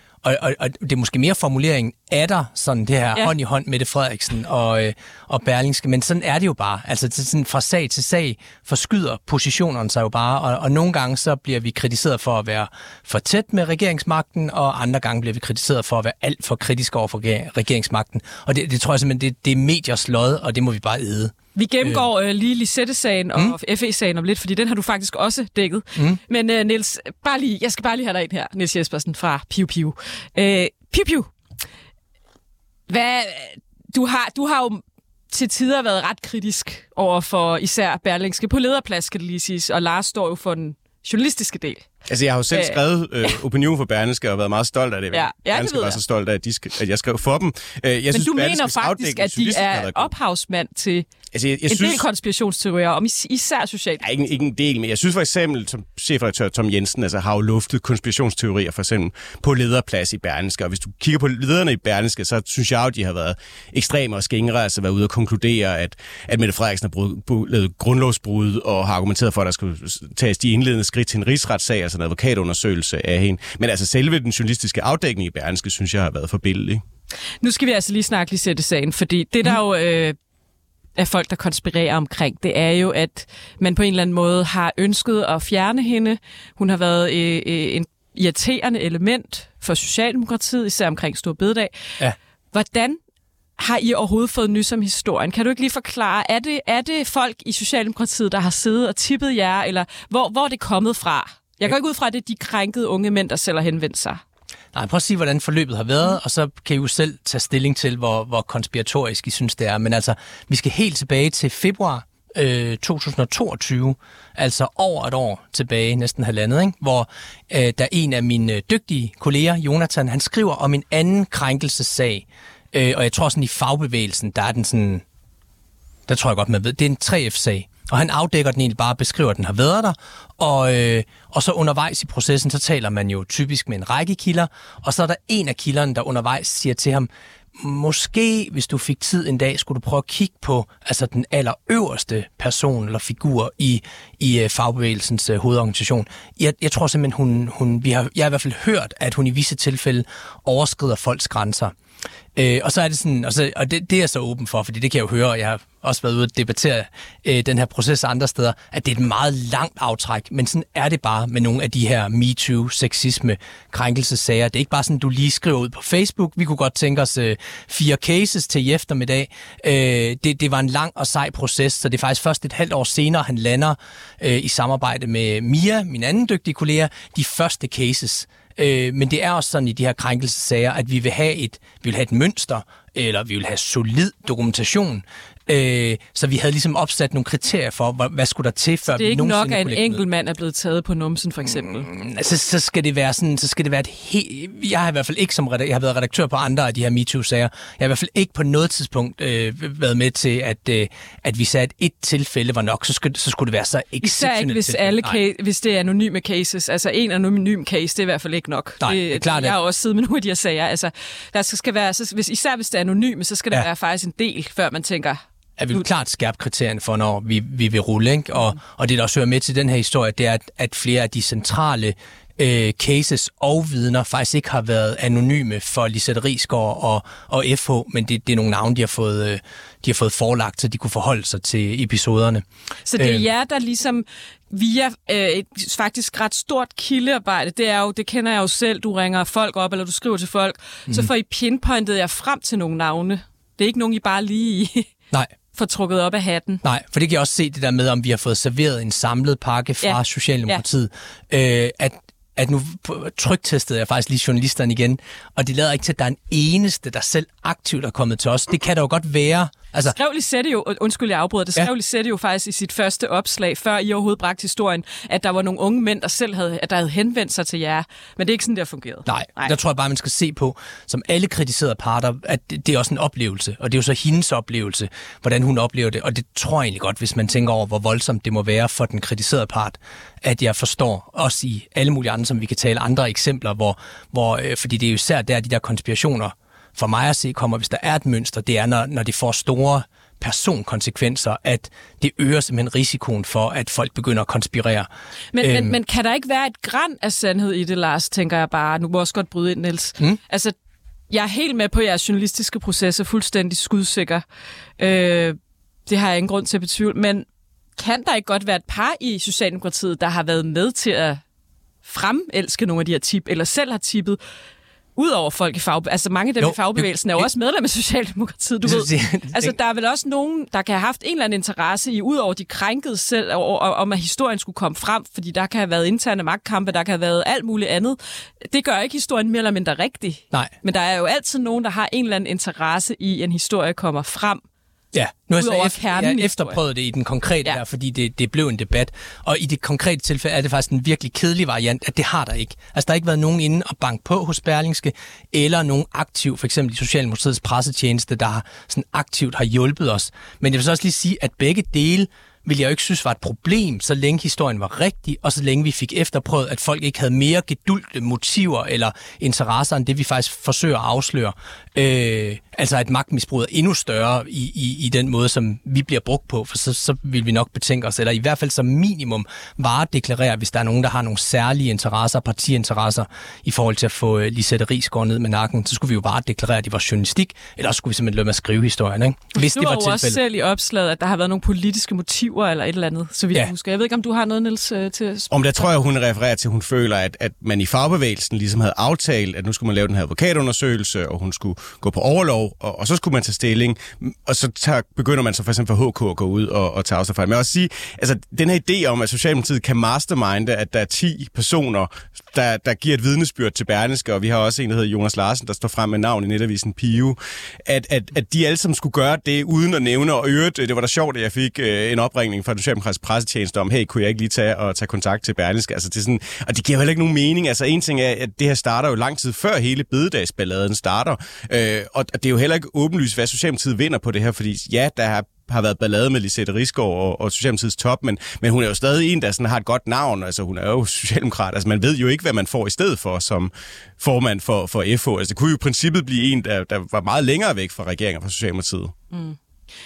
det er måske mere formuleringen, er der sådan det her hånd i hånd Mette Frederiksen og Berlingske, men sådan er det jo bare. Altså sådan fra sag til sag forskyder positionerne sig jo bare, og nogle gange så bliver vi kritiseret for at være for tæt med regeringsmagten, og andre gange bliver vi kritiseret for at være alt for kritisk over for regeringsmagten. Og det tror jeg simpelthen, det er mediers lod, og det må vi bare æde. Vi gennemgår lige Lisette-sagen og FE-sagen om lidt, fordi den har du faktisk også dækket. Men Niels, jeg skal bare lige have dig ind her, Niels Jespersen fra Piu Piu. Piu Piu, du har jo til tider været ret kritisk over for især Berlingske på lederplads, skal det lige siges, og Lars står jo for den journalistiske del. Altså, jeg har jo selv skrevet opinion for Berlingske og været meget stolt af det. Berlingske var så stolt af, at jeg skrev for dem. Men du mener faktisk, at de er ophavsmand til en del konspirationsteorier, om især socialt. Ja, ikke en del, men jeg synes for eksempel, som chefredaktør Tom Jensen har jo luftet konspirationsteorier for eksempel på lederplads i Berlingske. Og hvis du kigger på lederne i Berlingske, så synes jeg jo, at de har været ekstreme og skængere, altså været ude og konkludere, at Mette Frederiksen har lavet grundlovsbrud og har argumenteret for, at der skulle tages de indledende skridt til en rigsretssag, altså en advokatundersøgelse af hende. Men altså selve den journalistiske afdækning i Berlingske, synes jeg har været forbilledlig. Nu skal vi altså lige snakke Lisette-sagen, fordi det der jo er folk, der konspirerer omkring, det er jo, at man på en eller anden måde har ønsket at fjerne hende. Hun har været en irriterende element for Socialdemokratiet, især omkring Store Bededag. Ja. Hvordan har I overhovedet fået nys om historien? Kan du ikke lige forklare, er det folk i Socialdemokratiet, der har siddet og tippet jer, eller hvor er det kommet fra? Jeg går ikke ud fra, at det er de krænkede unge mænd, der selv har henvendt sig. Nej, prøv at sige, hvordan forløbet har været, og så kan I jo selv tage stilling til, hvor konspiratorisk I synes, det er. Men altså, vi skal helt tilbage til februar 2022, altså over et år tilbage, næsten halvandet, ikke? Hvor der en af mine dygtige kolleger, Jonathan, han skriver om en anden krænkelsessag. Og jeg tror sådan i fagbevægelsen, der er den sådan, der tror jeg godt, man ved, det er en 3F-sag. Og han afdækker den egentlig bare og beskriver, at den har været der. Og så undervejs i processen, så taler man jo typisk med en række kilder. Og så er der en af kilderne, der undervejs siger til ham, måske, hvis du fik tid en dag, skulle du prøve at kigge på altså den allerøverste person eller figur i fagbevægelsens hovedorganisation. Jeg tror simpelthen, jeg har i hvert fald hørt, at hun i visse tilfælde overskrider folks grænser. Og så er det sådan, og det er jeg så åben for, fordi det kan jeg jo høre, og jeg har også været ude at debattere den her proces andre steder, at det er et meget langt aftræk, men sådan er det bare med nogle af de her MeToo, sexisme, krænkelsesager. Det er ikke bare sådan, du lige skriver ud på Facebook, vi kunne godt tænke os 4 cases til i eftermiddag. Det var en lang og sej proces, så det er faktisk først et halvt år senere, han lander i samarbejde med Mia, min anden dygtige kollega, de første cases. Men det er også sådan i de her krænkelsesager, at vi vil have et mønster, eller vi vil have solid dokumentation. Så vi havde ligesom opsat nogle kriterier for, hvad skulle der til, før vi nogensinde kunne lægge. Det er ikke nok, at en enkelt mand er blevet taget på numsen, for eksempel. Så skal det være sådan, et helt... Jeg har i hvert fald ikke jeg har været redaktør på andre af de her MeToo-sager. Jeg har i hvert fald ikke på noget tidspunkt været med til, at vi sagde, at et tilfælde var nok, så skulle det være så exceptionelt. Især ikke, hvis det er anonyme cases. Altså en anonym case, det er i hvert fald ikke nok. Nej, det er klart. Jeg har også siddet med nogle af de her sager. Altså, der skal være, især hvis det er anonyme, så skal der være faktisk en del, før man tænker... Jeg vil klart skærpe kriterierne for, når vi vil rulle, ikke? Og det, der også hører med til den her historie, det er, at flere af de centrale cases og vidner faktisk ikke har været anonyme for Lisette Risgaard og FH, men det er nogle navne, de har fået forelagt, så de kunne forholde sig til episoderne. Så det er jer, der ligesom via et faktisk ret stort kildearbejde, det kender jeg jo selv, du ringer folk op, eller du skriver til folk, så får I pinpointet jer frem til nogle navne. Det er ikke nogen, I bare lige... Nej. Får trukket op af hatten. Nej, for det kan jeg også se det der med, om vi har fået serveret en samlet pakke fra Socialdemokratiet. At nu tryktestede jeg faktisk lige journalisterne igen, og det lader ikke til, at der er en eneste, der selv aktivt er kommet til os. Det kan der jo godt være. Altså, skrev Lisette jo, undskyld jeg afbryder, det skrev Lisette jo faktisk i sit første opslag, før I overhovedet bragte historien, at der var nogle unge mænd, der havde henvendt sig til jer. Men det er ikke sådan, det har fungeret. Nej, der tror jeg bare, man skal se på, som alle kritiserede parter, at det er også en oplevelse, og det er jo så hendes oplevelse, hvordan hun oplever det, og det tror jeg egentlig godt, hvis man tænker over, hvor voldsomt det må være for den kritiserede part, at jeg forstår, også i alle mulige andre, som vi kan tale andre eksempler, hvor fordi det er jo især der, de der konspirationer, for mig at se kommer, hvis der er et mønster, det er, når det får store personkonsekvenser, at det øger simpelthen risikoen for, at folk begynder at konspirere. Men kan der ikke være et gran af sandhed i det, Lars, tænker jeg bare. Nu må jeg også godt bryde ind, Niels. Altså, jeg er helt med på jeres journalistiske processer, fuldstændig skudsikker. Det har jeg ingen grund til at betvivle, men kan der ikke godt være et par i Socialdemokratiet, der har været med til at fremelske nogle af de her tip, eller selv har tippet, udover folk i fagbevægelsen, altså mange af dem i fagbevægelsen er jo også medlem af Socialdemokratiet, du ved. Altså der er vel også nogen, der kan have haft en eller anden interesse i, udover de krænkede selv, om at historien skulle komme frem, fordi der kan have været interne magtkampe, der kan have været alt muligt andet. Det gør ikke historien mere eller mindre rigtig. Nej. Men der er jo altid nogen, der har en eller anden interesse i, at en historie kommer frem. Ja, nu har jeg efterprøvet det i den konkrete her, fordi det blev en debat. Og i det konkrete tilfælde er det faktisk en virkelig kedelig variant, at det har der ikke. Altså, der har ikke været nogen inde og banke på hos Berlingske, eller nogen aktiv, for eksempel i Socialdemokratiets pressetjeneste, der sådan aktivt har hjulpet os. Men jeg vil så også lige sige, at begge dele ville jeg jo ikke synes var et problem, så længe historien var rigtig, og så længe vi fik efterprøvet, at folk ikke havde mere gedulte motiver eller interesser, end det vi faktisk forsøger at afsløre. Altså at magtmisbrug er endnu større i den måde, som vi bliver brugt på, for så vil vi nok betænke os, eller i hvert fald som minimum varedeklarere, hvis der er nogen, der har nogle særlige interesser, partiinteresser, i forhold til at få Lisette Risgaard ned med nakken, så skulle vi jo varedeklarere, at det var journalistik, eller så skulle vi simpelthen løbe med at skrive historien, ikke? Hvis du det var tilfældet. Du har også selv i opslaget, at der har været nogle politiske motiver lyver eller et eller andet, så vidt jeg husker. Jeg ved ikke, om du har noget, Niels, til... Om der tror jeg, hun refererer til, at hun føler, at man i fagbevægelsen ligesom havde aftalt, at nu skulle man lave den her advokatundersøgelse, og hun skulle gå på overlov, og så skulle man tage stilling, og så begynder man så for eksempel for HK at gå ud og tage afstand fra det. Men jeg vil også sige, altså den her idé om, at Socialdemokratiet kan masterminde, at der er 10 personer, der giver et vidnesbyrd til Berlingske, og vi har også en, der hedder Jonas Larsen, der står frem med navn i netavisen Pio, at de alle sammen skulle gøre det uden at nævne, og øvrigt, det var da sjovt, at jeg fik en opringning fra den socialdemokratiske pressetjeneste om, hey, kunne jeg ikke lige tage kontakt til Berlingske? Altså, det er sådan, og det giver heller ikke nogen mening. Altså, en ting er, at det her starter jo lang tid før hele bededagsballaden starter, og det er jo heller ikke åbenlyst, hvad Socialdemokratiet vinder på det her, fordi ja, der har været ballade med Lisette Risgaard og Socialdemokratiets top, men hun er jo stadig en, der sådan har et godt navn. Altså, hun er jo socialdemokrat. Altså, man ved jo ikke, hvad man får i stedet for som formand for FH. Altså, det kunne jo i princippet blive en, der var meget længere væk fra regeringen fra Socialdemokratiet. Mm.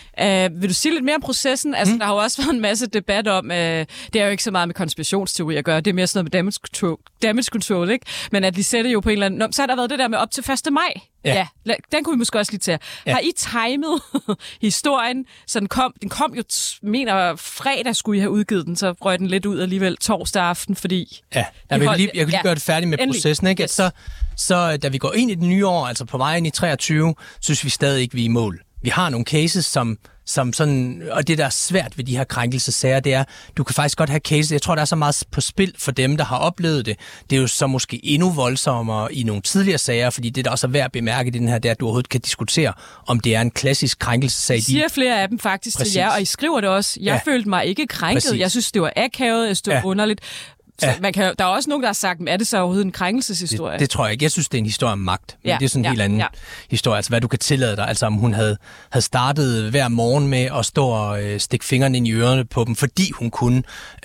Vil du sige lidt mere om processen? Altså, der har jo også været en masse debat om, det er jo ikke så meget med konspirationsteori at gøre, det er mere sådan noget med damage control, ikke? Men at Lisette jo på en eller anden... Så har der været det der med op til 1. maj. Ja. Den kunne vi måske også lige tage. Ja. Har I timet historien? Så den kom jo, mener fredag skulle I have udgivet den, så røg den lidt ud alligevel torsdag aften, fordi... Ja, jeg kan lige gøre det færdigt med processen, ikke? Yes. Så da vi går ind i det nye år, altså på vej ind i 23, synes vi stadig ikke, vi er i mål. Vi har nogle cases, som sådan, og det der er svært ved de her krænkelsesager, det er, du kan faktisk godt have cases, jeg tror, der er så meget på spil for dem, der har oplevet det. Det er jo så måske endnu voldsommere i nogle tidligere sager, fordi det, der også er værd at bemærke i den her, det er, at du overhovedet kan diskutere, om det er en klassisk krænkelsesag. I siger flere af dem faktisk til jer, og I skriver det også. Jeg følte mig ikke krænket. Præcis. Jeg synes, det var akavet, jeg synes, det var underligt. Så der er også nogen, der har sagt, er det så overhovedet en krænkelseshistorie? Det tror jeg ikke. Jeg synes, det er en historie om magt. Men det er sådan en helt anden historie. Altså, hvad du kan tillade dig. Altså, om hun havde startet hver morgen med at stå og stikke fingrene ind i ørerne på dem, fordi hun kunne.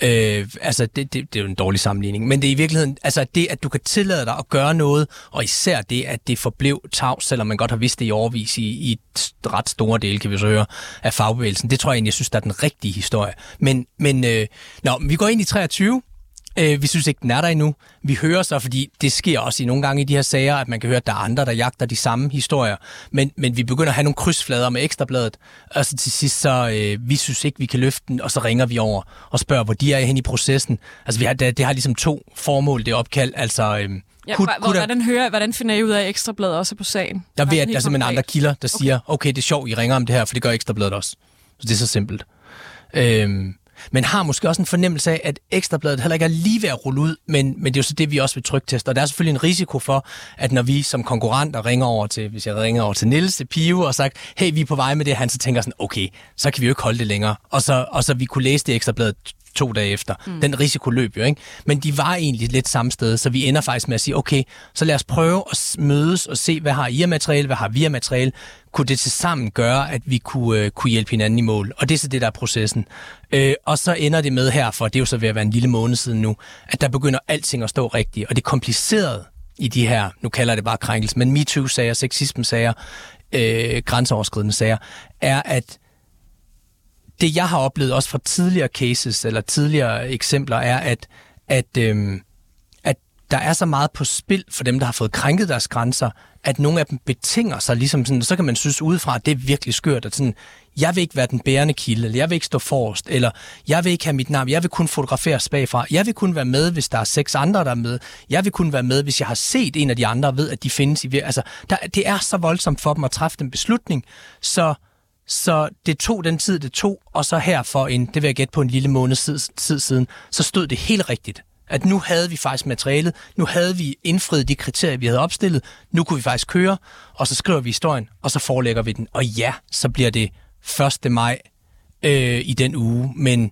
Altså, det er jo en dårlig sammenligning. Men det er i virkeligheden, altså det, at du kan tillade dig at gøre noget, og især det, at det forblev tavs, selvom man godt har vidst det i overvis i ret store dele, kan vi så høre, af fagbevægelsen. Det tror jeg egentlig, jeg synes, der er den rigtige historie. Men vi går ind i 23. Vi synes ikke, den er der endnu. Vi hører så, fordi det sker også i nogle gange i de her sager, at man kan høre, at der er andre, der jagter de samme historier. Men vi begynder at have nogle krydsflader med Ekstrabladet, og så til sidst så, vi synes ikke, vi kan løfte den, og så ringer vi over og spørger, hvor de er hen i processen. Altså det har ligesom 2 formål, det opkald. Altså, hvordan finder I ud af, at Ekstrabladet også er på sagen? Der ved at der er simpelthen andre kilder, der siger, okay, det er sjovt, I ringer om det her, for det gør Ekstrabladet også. Så det er så simpelt. Men har måske også en fornemmelse af, at Ekstrabladet heller ikke er lige ved at rulle ud, men det er jo så det, vi også vil trykteste. Og der er selvfølgelig en risiko for, at når vi som konkurrenter ringer over til, hvis jeg ringer over til Niels, til Pio, og sagt, hey, vi er på vej med det, han så tænker sådan, okay, så kan vi jo ikke holde det længere. Og så vi kunne læse det i Ekstrabladet 2 dage efter. Den risiko løb jo, ikke? Men de var egentlig lidt samme sted, så vi ender faktisk med at sige, okay, så lad os prøve at mødes og se, hvad har I af materiale, hvad har vi af materiale. Kunne det tilsammen gøre, at vi kunne hjælpe hinanden i mål? Og det er så det, der er processen. Og så ender det med her, for det er jo så ved at være en lille måned siden nu, at der begynder alting at stå rigtigt. Og det komplicerede i de her, nu kalder jeg det bare krænkelse, men MeToo-sager, sexisme-sager, grænseoverskridende sager, er, at det, jeg har oplevet også fra tidligere cases, eller tidligere eksempler, er, at der er så meget på spil for dem, der har fået krænket deres grænser, at nogle af dem betinger sig ligesom sådan, så kan man synes udefra, at det er virkelig skørt, at sådan, jeg vil ikke være den bærende kilde, eller jeg vil ikke stå forrest, eller jeg vil ikke have mit navn, jeg vil kun fotograferes bagfra, jeg vil kun være med, hvis der er 6 andre, der er med, jeg vil kun være med, hvis jeg har set en af de andre, ved, at de findes i altså, det er så voldsomt for dem at træffe den beslutning, så det tog den tid, det tog, og så her for det vil jeg gætte på en lille måned tid siden, så stod det helt rigtigt. At nu havde vi faktisk materialet, nu havde vi indfriet de kriterier, vi havde opstillet, nu kunne vi faktisk køre, og så skriver vi historien, og så forelægger vi den. Og ja, så bliver det 1. maj i den uge, men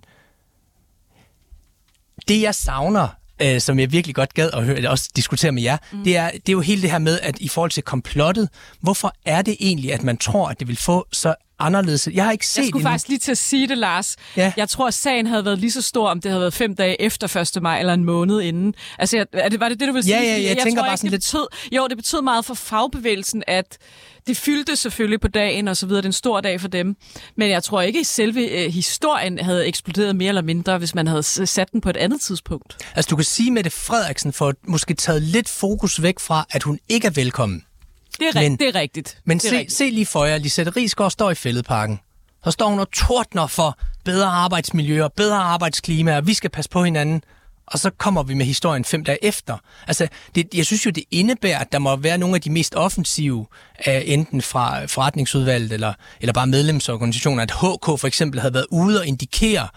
det jeg savner, som jeg virkelig godt gad at høre, også diskutere med jer, det er jo hele det her med, at i forhold til komplottet, hvorfor er det egentlig, at man tror, at det vil få så anderledes? Jeg har ikke set. Jeg skulle faktisk lige til at sige det, Lars. Ja. Jeg tror, at sagen havde været lige så stor, om det havde været 5 dage efter 1. maj, eller en måned inden. Altså, var det, du vil sige? Ja, jeg tænker tror bare ikke, sådan lidt... det betød meget for fagbevægelsen, at det fyldte selvfølgelig på dagen, og så videre. Det er en stor dag for dem. Men jeg tror ikke, at selve historien havde eksploderet mere eller mindre, hvis man havde sat den på et andet tidspunkt. Altså, du kan sige, Mette Frederiksen får måske taget lidt fokus væk fra, at hun ikke er velkommen. Det er rigtigt. Men se lige for jer, Lisette Risgaard står i Fælledparken. Så står hun og tordner for bedre arbejdsmiljø og bedre arbejdsklima, og vi skal passe på hinanden. Og så kommer vi med historien 5 dage efter. Altså, jeg synes jo, det indebærer, at der må være nogle af de mest offensive, enten fra forretningsudvalget eller bare medlemsorganisationer, at HK for eksempel havde været ude og indikere,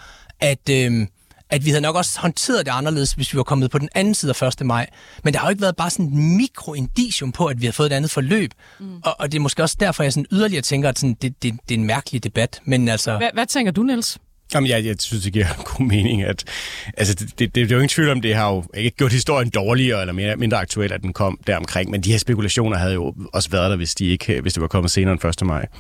at vi havde nok også håndteret det anderledes, hvis vi var kommet på den anden side af 1. maj. Men der har jo ikke været bare sådan et mikroindicium på, at vi har fået et andet forløb. Og det er måske også derfor, jeg sådan yderligere tænker, at sådan, det er en mærkelig debat. Men altså... Hvad tænker du, Niels? Jamen, jeg synes, det giver god mening, at altså, det er jo ingen tvivl om, det har jo ikke gjort historien dårligere eller mindre aktuel, at den kom deromkring, men de her spekulationer havde jo også været der, hvis det var kommet senere end 1. maj.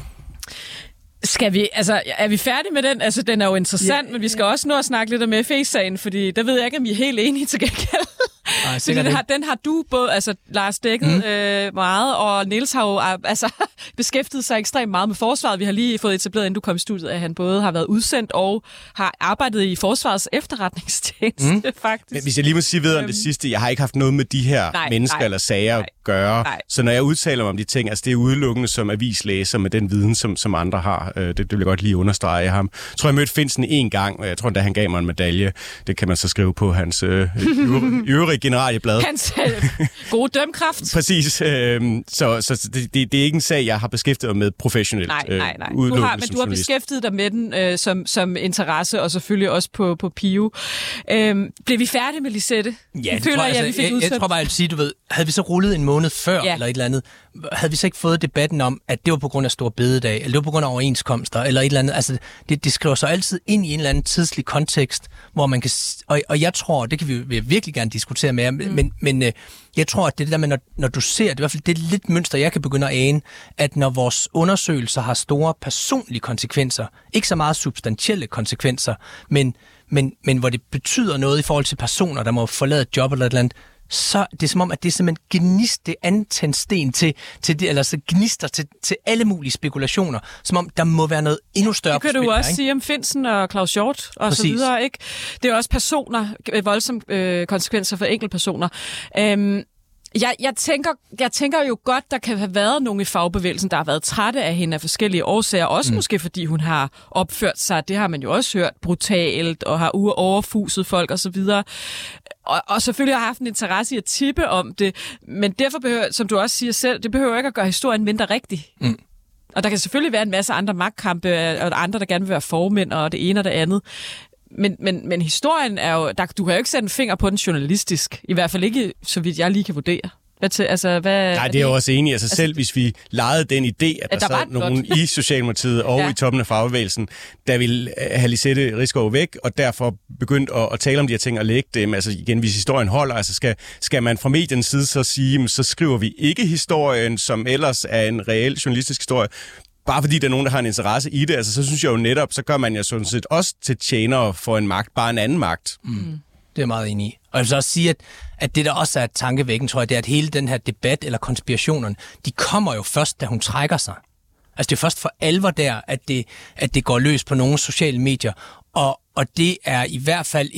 Er vi færdige med den? Altså, den er jo interessant, men vi skal også nå at snakke lidt om FE-sagen, fordi der ved jeg ikke, om I er helt enige til gengæld. Nej, den har du både, altså Lars dækket meget, og Niels har jo beskæftiget sig ekstremt meget med forsvaret. Vi har lige fået etableret, inden du kom i studiet, at han både har været udsendt og har arbejdet i forsvarets efterretningstjeneste, faktisk. Men hvis jeg lige må sige videre om det sidste, jeg har ikke haft noget med de her mennesker eller sager at gøre. Nej. Så når jeg udtaler mig om de ting, altså det er udelukkende som avislæser med den viden, som andre har. Det vil jeg godt lige understrege ham. Jeg tror, jeg mødte Finsen en gang, og jeg tror, da han gav mig en medalje. Det kan man så skrive på hans øvrige generalieblad. Hans gode dømkraft. Præcis. Så det er ikke en sag, jeg har beskæftiget mig med professionelt. Nej. Men du har beskæftiget dig med den som interesse, og selvfølgelig også på PIO. Blev vi færdige med Lisette? Ja, jeg tror bare, jeg vil sige, du ved, havde vi så rullet en måned før, eller et eller andet, havde vi så ikke fået debatten om, at det var på grund af Store Bededag, eller det var på grund af overenskomster, eller et eller andet. Altså, det skriver sig altid ind i en eller anden tidslig kontekst, hvor man kan... Og jeg tror, det kan vi virkelig gerne diskutere med jer, men jeg tror, at det der med, når du ser, det er i hvert fald det lidt mønster, jeg kan begynde at ane, at når vores undersøgelser har store personlige konsekvenser, ikke så meget substantielle konsekvenser, men hvor det betyder noget i forhold til personer, der må forlade et job eller et eller andet, så det er som om, at det er simpelthen gnist, det antændsten til det, eller så gnister til alle mulige spekulationer, som om der må være noget endnu større. Det kan du også sige om Finsen og Claus Hjort og så videre, ikke? Det er også personer, voldsomme konsekvenser for enkeltpersoner. Jeg tænker jo godt, der kan have været nogle i fagbevægelsen, der har været trætte af hende af forskellige årsager. Også måske fordi hun har opført sig, det har man jo også hørt, brutalt og har overfuset folk osv. Og selvfølgelig har haft en interesse i at tippe om det, men derfor behøver, som du også siger selv, det behøver ikke at gøre historien mindre rigtig. Og der kan selvfølgelig være en masse andre magtkampe, og andre, der gerne vil være formænd, og det ene og det andet. Men historien er jo... du kan jo ikke sætte en finger på den journalistisk. I hvert fald ikke, så vidt jeg lige kan vurdere. Nej, det er jeg også enig i. Altså selv hvis vi legede den idé, at der sad nogen i Socialdemokratiet og i toppen af fagbevægelsen, der ville have Lisette Risgaard væk, og derfor begyndt at tale om de her ting og lægge dem. Altså igen, hvis historien holder, altså skal man fra mediernes side så sige, så skriver vi ikke historien, som ellers er en reel journalistisk historie, bare fordi der er nogen, der har en interesse i det. Altså så synes jeg jo netop, så gør man jo sådan set også til tjenere for en magt, bare en anden magt. Det er meget enig i. Og jeg vil så også sige, at det der også er tankevækkende, tror jeg, det er, at hele den her debat eller konspirationerne, de kommer jo først, da hun trækker sig. Altså det er først for alvor der, at det går løs på nogle sociale medier. Og det er i hvert fald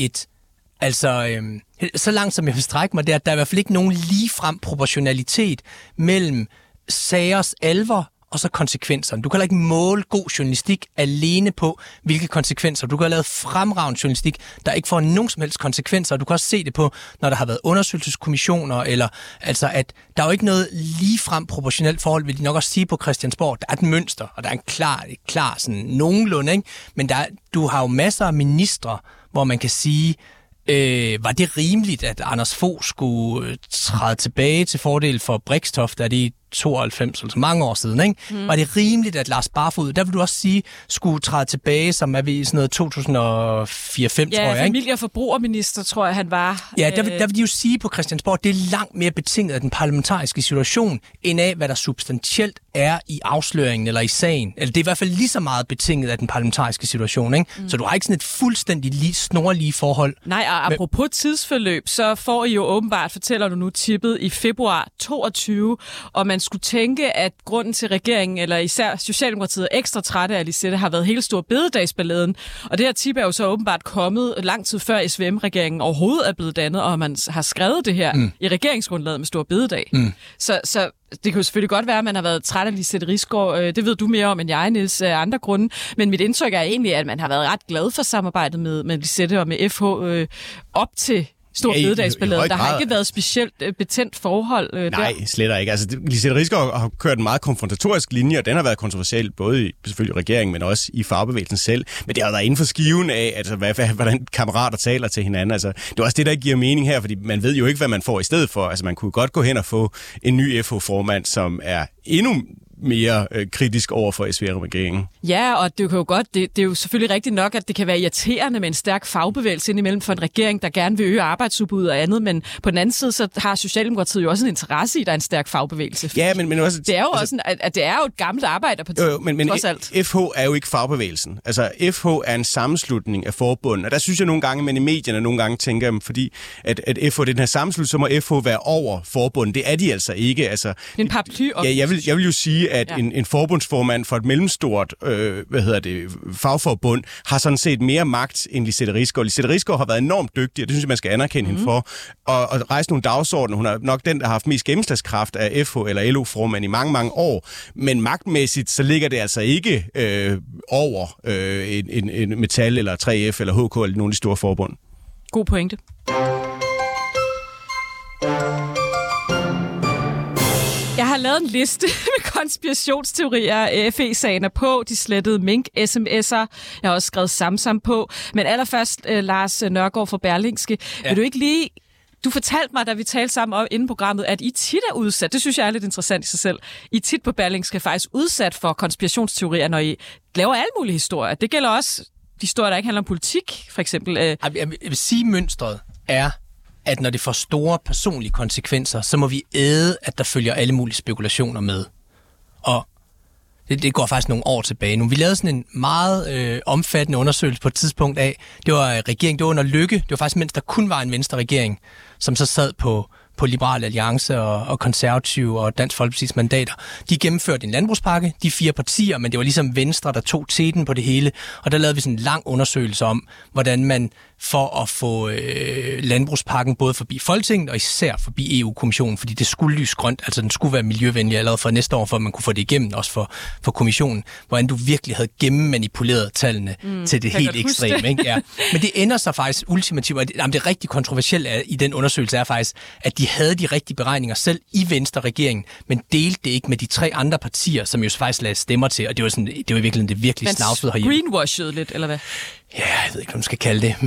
så langt som jeg vil strække mig, det er, at der er i hvert fald ikke nogen ligefrem proportionalitet mellem sagers alvor og så konsekvenserne. Du kan heller ikke måle god journalistik alene på, hvilke konsekvenser. Du kan have lavet fremragende journalistik, der ikke får nogen som helst konsekvenser. Du kan også se det på, når der har været undersøgelseskommissioner, eller altså, at der er jo ikke noget ligefrem proportionelt forhold, vil de nok også sige på Christiansborg. Der er et mønster, og der er en klar sådan nogenlunde, ikke? Men du har jo masser af ministre, hvor man kan sige, var det rimeligt, at Anders Fogh skulle træde tilbage til fordel for Brixtoft, da det 92, altså mange år siden, ikke? Var det rimeligt, at Lars Barfoed, der vil du også sige, skulle træde tilbage, som er vi i sådan noget 2004-5, tror jeg, ikke? Familie- og forbrugerminister, tror jeg, han var. Ja, der vil de jo sige på Christiansborg, det er langt mere betinget af den parlamentariske situation, end af, hvad der substantielt er i afsløringen eller i sagen. Eller det er i hvert fald lige så meget betinget af den parlamentariske situation, ikke? Så du har ikke sådan et fuldstændig snorlige forhold. Nej, og apropos tidsforløb, så får I jo åbenbart, fortæller du nu, tippet i februar 22, og man man skulle tænke, at grunden til regeringen, eller især Socialdemokratiet, er ekstra trætte af Lisette, har været hele stor bededagsballaden. Og det her tip er jo så åbenbart kommet lang tid før SVM-regeringen overhovedet er blevet dannet, og man har skrevet det her i regeringsgrundlaget med stor bededag. Så det kan jo selvfølgelig godt være, at man har været træt af Lisette Risgaard. Det ved du mere om end jeg, Niels, af andre grunde. Men mit indtryk er egentlig, at man har været ret glad for samarbejdet med Lisette og med FH op til stor bededagsballaden. Der har ikke været specielt betændt forhold Nej, slet ikke. Altså, Lisette Risgaard har kørt en meget konfrontatorisk linje, og den har været kontroversiel, både i selvfølgelig regeringen, men også i fagbevægelsen selv. Men det har været inden for skiven af, altså, hvordan kammerater taler til hinanden. Altså, det er også det, der ikke giver mening her, fordi man ved jo ikke, hvad man får i stedet for. Altså, man kunne godt gå hen og få en ny FH-formand, som er endnu mere kritisk over for SVM-regeringen. Ja, og det kan jo godt, det er jo selvfølgelig rigtigt nok, at det kan være irriterende med en stærk fagbevægelse indimellem for en regering, der gerne vil øge arbejdsudbuddet og andet, men på den anden side, så har Socialdemokratiet jo også en interesse i, at der er en stærk fagbevægelse. Ja, men også... Det er jo også at det er jo et gammelt arbejderparti, men FH er jo ikke fagbevægelsen. Altså, FH er en sammenslutning af forbund, og der synes jeg nogle gange, men i medierne nogle gange tænker jeg, fordi at FH det er den her sammenslutning, så må FH være over forbundet. Det er de altså ikke. Altså, en paraply. Ja, jeg vil jo sige, at en forbundsformand for et mellemstort fagforbund har sådan set mere magt end Lisette Risgaard. Lisette Risgaard har været enormt dygtig, og det synes jeg, man skal anerkende hende for, og rejse nogle dagsordner. Hun er nok den, der har haft mest gennemslagskraft af FH eller LO-formand i mange, mange år. Men magtmæssigt, så ligger det altså ikke over en Metal eller 3F eller HK eller nogle af de store forbund. God pointe. Jeg har lavet en liste med konspirationsteorier. FE-sagen er på. De slettede Mink-sms'er. Jeg har også skrevet Samsam på. Men allerførst, Lars Nørgaard fra Berlingske. Ja. Vil du ikke lige... Du fortalte mig, da vi talte sammen om inden programmet, at I tit er udsat. Det synes jeg er lidt interessant i sig selv. I tit på Berlingske er faktisk udsat for konspirationsteorier, når I laver alle mulige historier. Det gælder også de historier, der ikke handler om politik, for eksempel. Jeg vil sige, mønstret er, at når det får store personlige konsekvenser, så må vi æde, at der følger alle mulige spekulationer med. Og det går faktisk nogle år tilbage nu. Vi lavede sådan en meget omfattende undersøgelse på et tidspunkt af, det var regeringen, det var under Løkke, det var faktisk mens der kun var en Venstre-regering, som så sad på Liberal Alliance og Konservative og Dansk Folkepartis mandater. De gennemførte en landbrugspakke, de 4 partier, men det var ligesom Venstre, der tog teten på det hele. Og der lavede vi sådan en lang undersøgelse om, hvordan man for at få landbrugspakken både forbi Folketinget og især forbi EU-kommissionen, fordi det skulle lyse grønt, altså den skulle være miljøvenlig allerede fra næste år, for at man kunne få det igennem, også for kommissionen, hvordan du virkelig havde gennemmanipuleret tallene til det helt ekstreme. Ikke? Ja. Men det ender så faktisk ultimativt, og det rigtig kontroversielle i den undersøgelse er faktisk, at de havde de rigtige beregninger selv i Venstre-regeringen, men delte det ikke med de 3 andre partier, som jo faktisk lagde stemmer til, og det var virkelig det virkelig snavsede herhjemme. Man greenwashede lidt, eller hvad? Ja, jeg ved ikke, hvad man skal kalde det,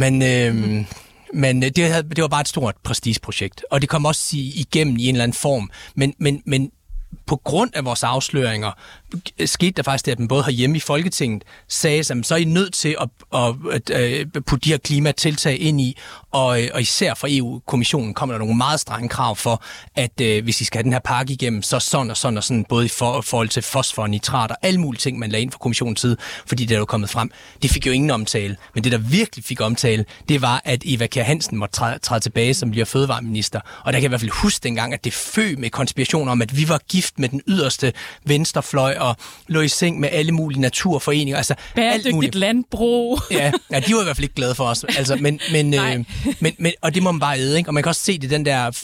men det var bare et stort prestigeprojekt, og det kom også igennem i en eller anden form, men på grund af vores afsløringer skete der faktisk det, at man både herhjemme i Folketinget sagde, at så er I nødt til at putte de her klimatiltag ind i, og især fra EU-kommissionen kommer der nogle meget strenge krav for, at hvis I skal have den her pakke igennem, så sådan og sådan og sådan, både i forhold til fosfor og nitrat og alle mulige ting, man lagde ind fra kommissionens side, fordi det er jo kommet frem. Det fik jo ingen omtale, men det, der virkelig fik omtale, det var, at Eva Kjær Hansen måtte træde tilbage som bliver fødevareminister. Og der kan jeg i hvert fald huske dengang, at det føg med konspirationer om, at vi var gift med den yderste venstrefløj og lå i seng med alle mulige naturforeninger. Altså, bæredygtigt landbrug. Ja, de var i hvert fald ikke glade for os. Altså, men og det må man bare æde, ikke? Og man kan også se det den der,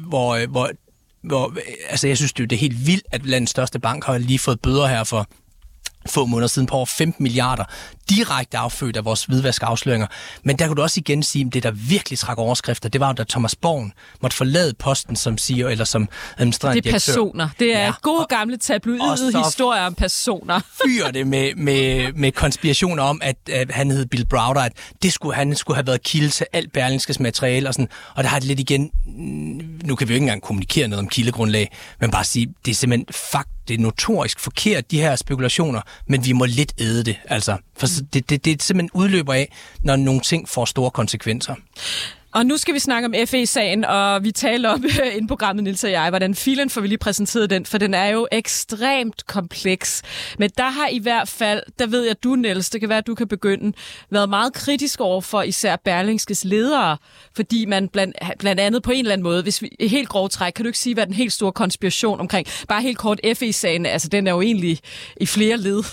hvor altså jeg synes det er helt vildt, at landets største bank har lige fået bøder her for få måneder siden på over 15 milliarder, direkte affødt af vores hvidvaskafsløringer. Men der kunne du også igen sige, at det, der virkelig trak overskrifter, det var jo, da Thomas Borgen måtte forlade posten som CEO eller som administrerende direktør. Det er personer. Det er gode gamle tabloide historier om personer. Fyrer det med konspirationer om, at han hed Bill Browder, at han skulle have været kilde til alt Berlingskes materiale og sådan. Og der har det lidt igen, nu kan vi jo ikke engang kommunikere noget om kildegrundlag, men bare sige, det er simpelthen det er notorisk forkert, de her spekulationer, men vi må lidt æde det. Altså, for det simpelthen udløber af, når nogle ting får store konsekvenser. Og nu skal vi snakke om FE-sagen, og vi taler om inden programmet, Niels og jeg, hvordan filen får vi lige præsenteret den, for den er jo ekstremt kompleks. Men der har i hvert fald, der ved jeg, du, Niels, det kan være, at du kan begynde, været meget kritisk over for især Berlingskes ledere, fordi man blandt andet på en eller anden måde, hvis vi helt grov træk, kan du ikke sige, hvad den helt store konspiration omkring, bare helt kort FE-sagen, altså den er jo egentlig i flere led.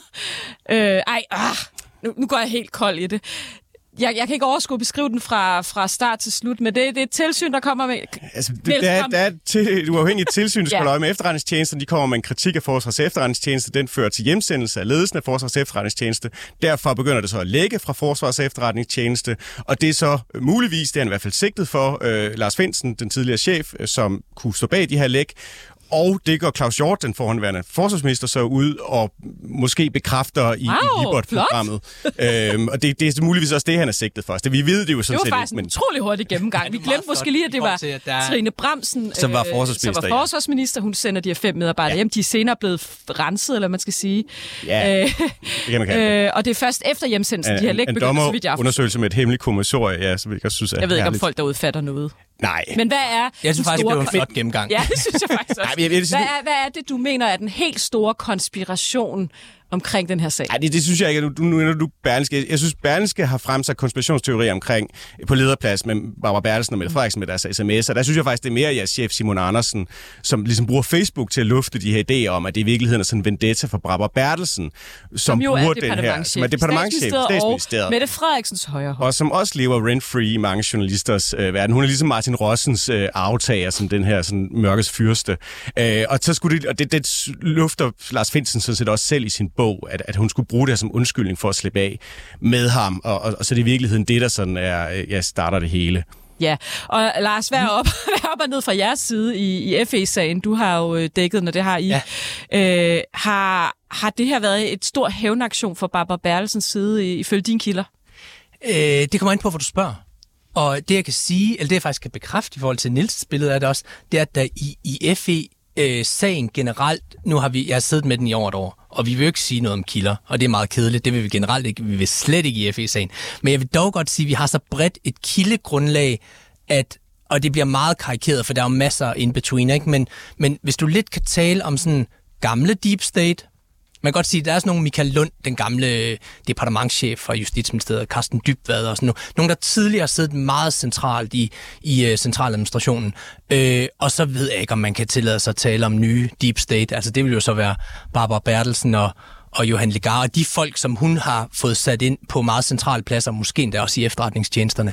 Nu går jeg helt kold i det. Jeg kan ikke overskue at beskrive den fra start til slut, men det er et tilsyn, der kommer med... Altså, der er et uafhængigt tilsyn, der skal holde øje med efterretningstjenesten. De kommer med en kritik af Forsvars Efterretningstjeneste. Den fører til hjemsendelse af ledelsen af Forsvars Efterretningstjeneste. Derfor begynder det så at lægge fra Forsvars Efterretningstjeneste. Og det er så muligvis, det er han i hvert fald sigtet for, Lars Findsen, den tidligere chef, som kunne stå bag de her læk. Og det går Claus Hjort, den forhåndværende forsvarsminister, så ud og måske bekræfter i Libert-programmet. Og det er muligvis også det, han er sigtet for. Det, vi ved det jo sådan set. Det var faktisk en utrolig hurtig gennemgang. Vi glemte måske lige, at det var Trine Bramsen, som var forsvarsminister. Hun sender de her 5 medarbejdere hjem. De er senere blevet renset, eller man skal sige. Ja, det kan man kalde og det er først efter hjemsendelsen, de her læg begynder, så vidt jeg har. En dommerundersøgelse med et hemmeligt kommissorie, som jeg synes er Jeg ved ikke, herligt. om folk derude fatter noget. Nej. Men hvad er jeg synes faktisk, det var en flot gennemgang. Ja, det synes jeg faktisk også. Hvad er det, du mener er den helt store konspiration omkring den her sag? Nej, det synes jeg ikke. Nu du Berlingske. Jeg synes, Berlingske har fremsat konspirationsteorier omkring på lederplads med Barbara Bertelsen og Mette Frederiksen med deres sms'er. Der synes jeg faktisk, det er mere jeres chef Simon Andersen, som ligesom bruger Facebook til at lufte de her idéer om, at det i virkeligheden er sådan en vendetta for Barbara Bertelsen, som bruger den her, som er departementschef, Statsministeriet. Mette Frederiksens højre hånd. Og som også lever rent-free i mange journalisters verden. Hun er ligesom Martin Rossens aftager, som den her sådan, mørkes fyrste. Og så skulle det lufter Lars Findsen sådan set også selv i sin bog, at hun skulle bruge det her som undskyldning for at slippe af med ham, og så er det i virkeligheden det, der sådan er, starter det hele. Ja, og Lars, vær op og ned fra jeres side i FE-sagen. Du har jo dækket, når det har I. Ja. Har det her været et stor hævnaktion for Barbara Bertelsens side ifølge dine kilder? Det kommer ind på, hvor du spørger. Og det, jeg kan sige, eller det, jeg faktisk kan bekræfte i forhold til Niels' billede af det også, det er, at der i FE-sagen generelt, jeg har siddet med den i over et år, og vi vil jo ikke sige noget om kilder, og det er meget kedeligt, det vil vi generelt ikke, vi vil slet ikke i FE-sagen. Men jeg vil dog godt sige, at vi har så bredt et kildegrundlag, og det bliver meget karikeret, for der er jo masser in between, ikke? Men hvis du lidt kan tale om sådan gamle deep state, man kan godt sige, at der er sådan nogle Michael Lund, den gamle departementschef fra Justitsministeriet, Carsten Dybvad og sådan nogle, der tidligere har siddet meget centralt i centraladministrationen. Og så ved jeg ikke, om man kan tillade sig at tale om nye deep state. Altså det vil jo så være Barbara Bertelsen og Johan Legarth, og de folk, som hun har fået sat ind på meget centrale pladser, måske endda også i efterretningstjenesterne,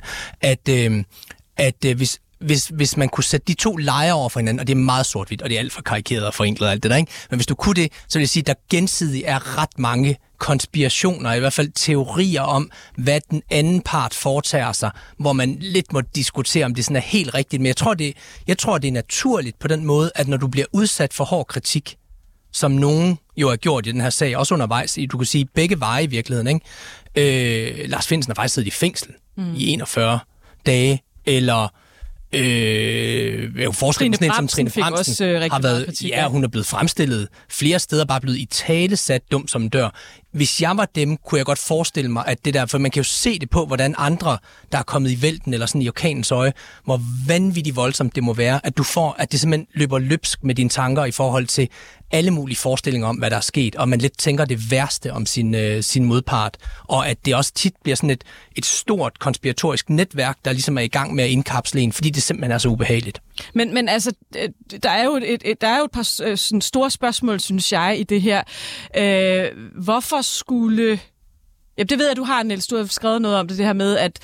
at hvis man kunne sætte de to lejre over for hinanden, og det er meget sort-hvidt, og det er alt for karikeret og forenklet og alt det der, ikke? Men hvis du kunne det, så vil jeg sige, at der gensidigt er ret mange konspirationer, i hvert fald teorier om, hvad den anden part foretager sig, hvor man lidt må diskutere, om det sådan er helt rigtigt. Men jeg tror, det er naturligt på den måde, at når du bliver udsat for hård kritik, som nogen jo har gjort i den her sag, også undervejs, du kan sige begge veje i virkeligheden, ikke? Lars Findsen har faktisk siddet i fængsel i 41 dage, eller forskellen sådan en som Trine Bramsen har været, hun er blevet fremstillet flere steder, bare blevet italesat dum som dør. Hvis jeg var dem, kunne jeg godt forestille mig, at det der, for man kan jo se det på, hvordan andre, der er kommet i vælten, eller sådan i orkanens øje, hvor vanvittigt voldsomt det må være, at det simpelthen løber løbsk med dine tanker i forhold til alle mulige forestillinger om, hvad der er sket, og man lidt tænker det værste om sin modpart, og at det også tit bliver sådan et stort konspiratorisk netværk, der ligesom er i gang med at indkapsle en, fordi det simpelthen er så ubehageligt. Men altså, der er jo et par sådan store spørgsmål, synes jeg, i det her. Hvorfor skulle... Jamen, det ved jeg, du har, Niels. Du har skrevet noget om det her med, at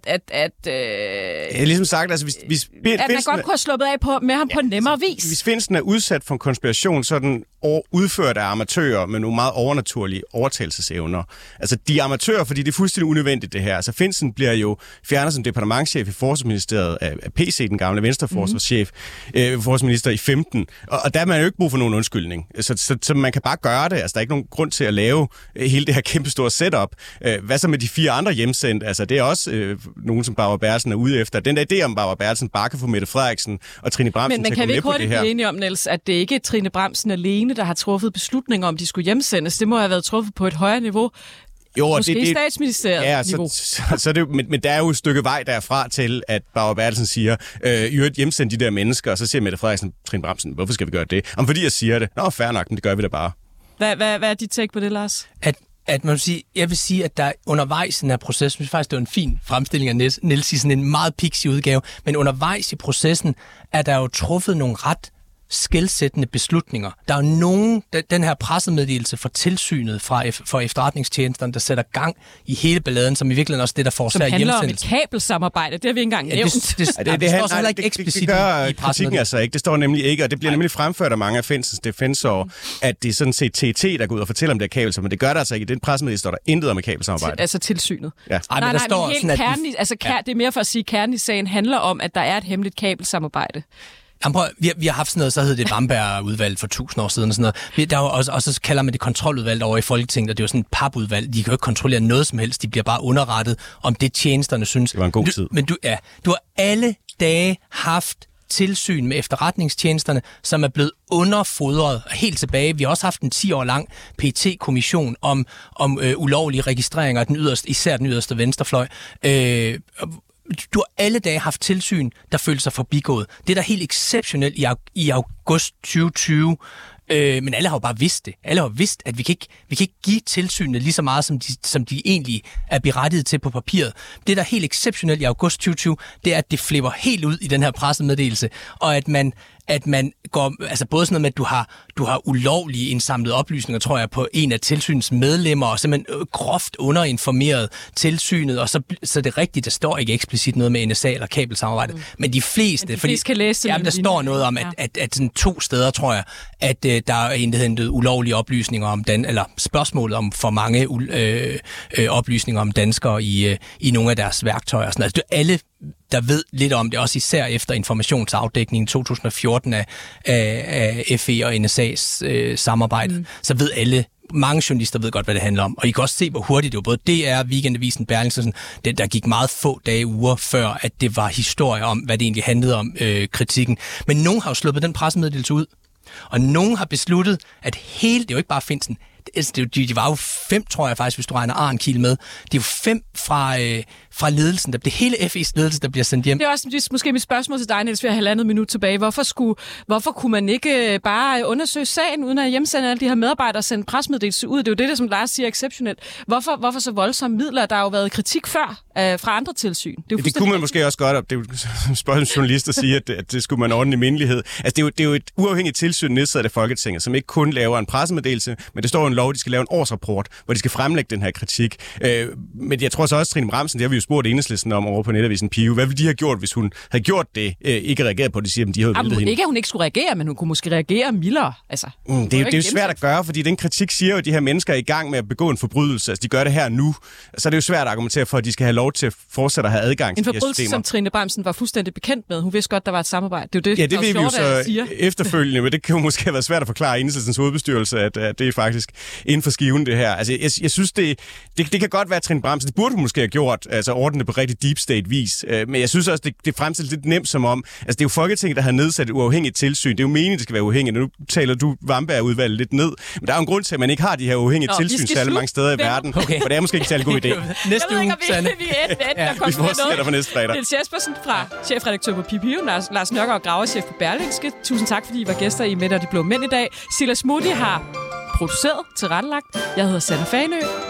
ligesom sagt, altså, hvis at man godt kunne have sluppet af med ham på en nemmere vis. Hvis Findsen er udsat for en konspiration, så er den udført af amatører med nogle meget overnaturlige overtagelsesevner. Altså, de er amatører, fordi det er fuldstændig unødvendigt, det her. Altså, Findsen bliver jo fjernet som departementschef i Forsvarsministeriet af PC, den gamle venstreforsvarschef, forsvarsminister i 15. Og der er man jo ikke brug for nogen undskyldning. Så man kan bare gøre det. Altså, der er ikke nogen grund til at lave hele det her kæmpestore setup. Hvad så med de 4 andre hjemsendt? Altså, det er også nogen, som Barbara Bertelsen er ude efter. Den der idé om Barbara Bertelsen bare kan få Mette Frederiksen og Trine Bramsen til at gå med på det her. Men kan vi ikke hurtigt blive enige om, Niels, at det ikke er Trine Bramsen alene, der har truffet beslutninger om, de skulle hjemsendes? Det må have været truffet på et højere niveau. Måske statsministeriet-niveau. Så det, men der er jo et stykke vej derfra til, at Barbara Bertelsen siger, hjemsend de der mennesker, og så siger Mette Frederiksen, Trine Bramsen, hvorfor skal vi gøre det? Om fordi jeg siger det. Nå, fair nok, men det gør vi da bare. Hvad er dit take på det, Lars? At man vil sige, jeg vil sige, at der undervejs i den her proces, synes faktisk, det var en fin fremstilling af Niels i sådan en meget pixie udgave, men undervejs i processen er der jo truffet nogle ret skelsættende beslutninger. Der er jo nogen, den her pressemeddelelse for tilsynet for efterretningstjenesterne, der sætter gang i hele balladen, som i virkeligheden også det, der får som handler om et kabelsamarbejde. Det har vi ikke engang nævnt. Det står så heller ikke eksplicit i kritikken altså ikke. Det står nemlig ikke, og det bliver nemlig fremført af mange af Fensens defensorer, at det er sådan set TT, der går ud og fortæller om det her kabelsamarbejde, men det gør der altså ikke. I den pressemeddelelse står der intet om et kabelsamarbejde. Altså tilsynet. Ja. Nej, men det er mere for at sige, at kernen i sagen handler om, at der er et hemmeligt kabelsamarbejde. Vi har haft sådan noget, så hed det Vamberg-udvalg for 1000 år siden og sådan noget. Der er også, og så kalder man det kontroludvalg over i Folketinget, og det er jo sådan et papudvalg. De kan jo ikke kontrollere noget som helst. De bliver bare underrettet om det, tjenesterne synes. Det var en god tid. Men du har alle dage haft tilsyn med efterretningstjenesterne, som er blevet underfodret helt tilbage. Vi har også haft en 10 år lang PET-kommission om ulovlige registreringer, især den yderste venstrefløj. Du har alle dage haft tilsyn, der følte sig forbigået. Det er da helt exceptionelt i august 2020. Men alle har jo bare vidst det. Alle har vidst, at vi kan ikke give tilsynene lige så meget, som de egentlig er berettiget til på papiret. Det, der er helt exceptionelt i august 2020, det er, at det flipper helt ud i den her pressemeddelelse, og at man går, altså både sådan noget med, at du har ulovlige indsamlede oplysninger, tror jeg, på en af tilsynets medlemmer, og simpelthen groft underinformeret tilsynet, og så er det rigtigt, der står ikke eksplicit noget med NSA eller kabelsamarbejdet, men de fleste kan læse der står noget om, at sådan 2 steder, tror jeg, at der er en, der hedder ulovlige oplysninger om eller spørgsmålet om for mange oplysninger om danskere i nogle af deres værktøjer og sådan noget. Altså, alle der ved lidt om det, også især efter informationsafdækningen 2014 af FE og NSA's samarbejde, så ved alle, mange journalister ved godt, hvad det handler om. Og I kan også se, hvor hurtigt det var. Både DR, Weekendavisen, Berlingske, der gik meget få dage, uger før, at det var historie om, hvad det egentlig handlede om, kritikken. Men nogen har jo sluppet den pressemeddelelse ud. Og nogen har besluttet, at det er jo ikke bare Findsen, de var jo 5, tror jeg faktisk, hvis du regner Arnkiel med. Det er jo 5 fra ledelsen. Det er hele FE's ledelse, der bliver sendt hjem. Det er også måske mit spørgsmål til dig, Niels. Vi har 1,5 minut tilbage. Hvorfor kunne man ikke bare undersøge sagen, uden at hjemsende alle de her medarbejdere og sende pressemeddelelse ud? Det er jo det, som Lars siger, exceptionelt. Hvorfor så voldsomme midler? Der har jo været kritik før fra andre tilsyn. Det kunne man måske også godt. Det er jo spørgsmål som journalist at sige, at det skulle man ordne i mindelighed. Altså, det er jo et uafhængigt tilsyn nedsat af Folketinget, som ikke kun laver en pressemeddelelse, men det står en lov, de skal lave en årsrapport, hvor de skal fremlægge den her kritik. Men jeg tror så også, Trine Bramsen, det har vi jo spurgt Enhedslisten om over på netavisen Pio. Hvad ville de have gjort, hvis hun havde gjort det, ikke reageret på det, siger, at de havde væltet hende? Ikke, at hun ikke skulle reagere, men hun kunne måske reagere mildere. Altså, det er jo svært at gøre, fordi den kritik siger jo, at de her mennesker er i gang med at begå en forbrydelse. Altså, de gør det her nu. Så er det jo svært at argumentere for, at de skal have lov til at fortsætte at have adgang til de her systemer. En forbrydelse, som Trine Bramsen var fuldstændig bekendt med. Hun vidste godt, der var et samarbejde. Det er jo det, det ved vi jo så efterfølgende, men det kan jo måske have været svært at forklare Enhedslistens hovedbestyrelse, at det er faktisk inden for skiven, det her. Altså, jeg synes, det kan godt være, at Trine Bramsen, det burde hun måske have gjort, altså ordnet på rigtig deep state-vis. Men jeg synes også, det fremstilles lidt nemt som om, altså det er jo Folketinget, der har nedsat et uafhængigt tilsyn. Det er jo meningen, det skal være uafhængigt. Nu taler du Vamberg-udvalget lidt ned. Men der er jo en grund til, at man ikke har de her uafhængige tilsyn særlig mange steder i verden. Okay. For det er måske ikke en særlig god idé. Næste uge, Sanne. Vi fortsætter for næste fredag. Niels Jespersen fra chefredaktør på PPU, Lars Nørgaard, graverchef på Berlingske. Tusind tak, fordi I var gæster i Mette og de Blå Mænd i dag. Silas Moody har produceret, tilrettelagt. Jeg hedder Sanne Fanø.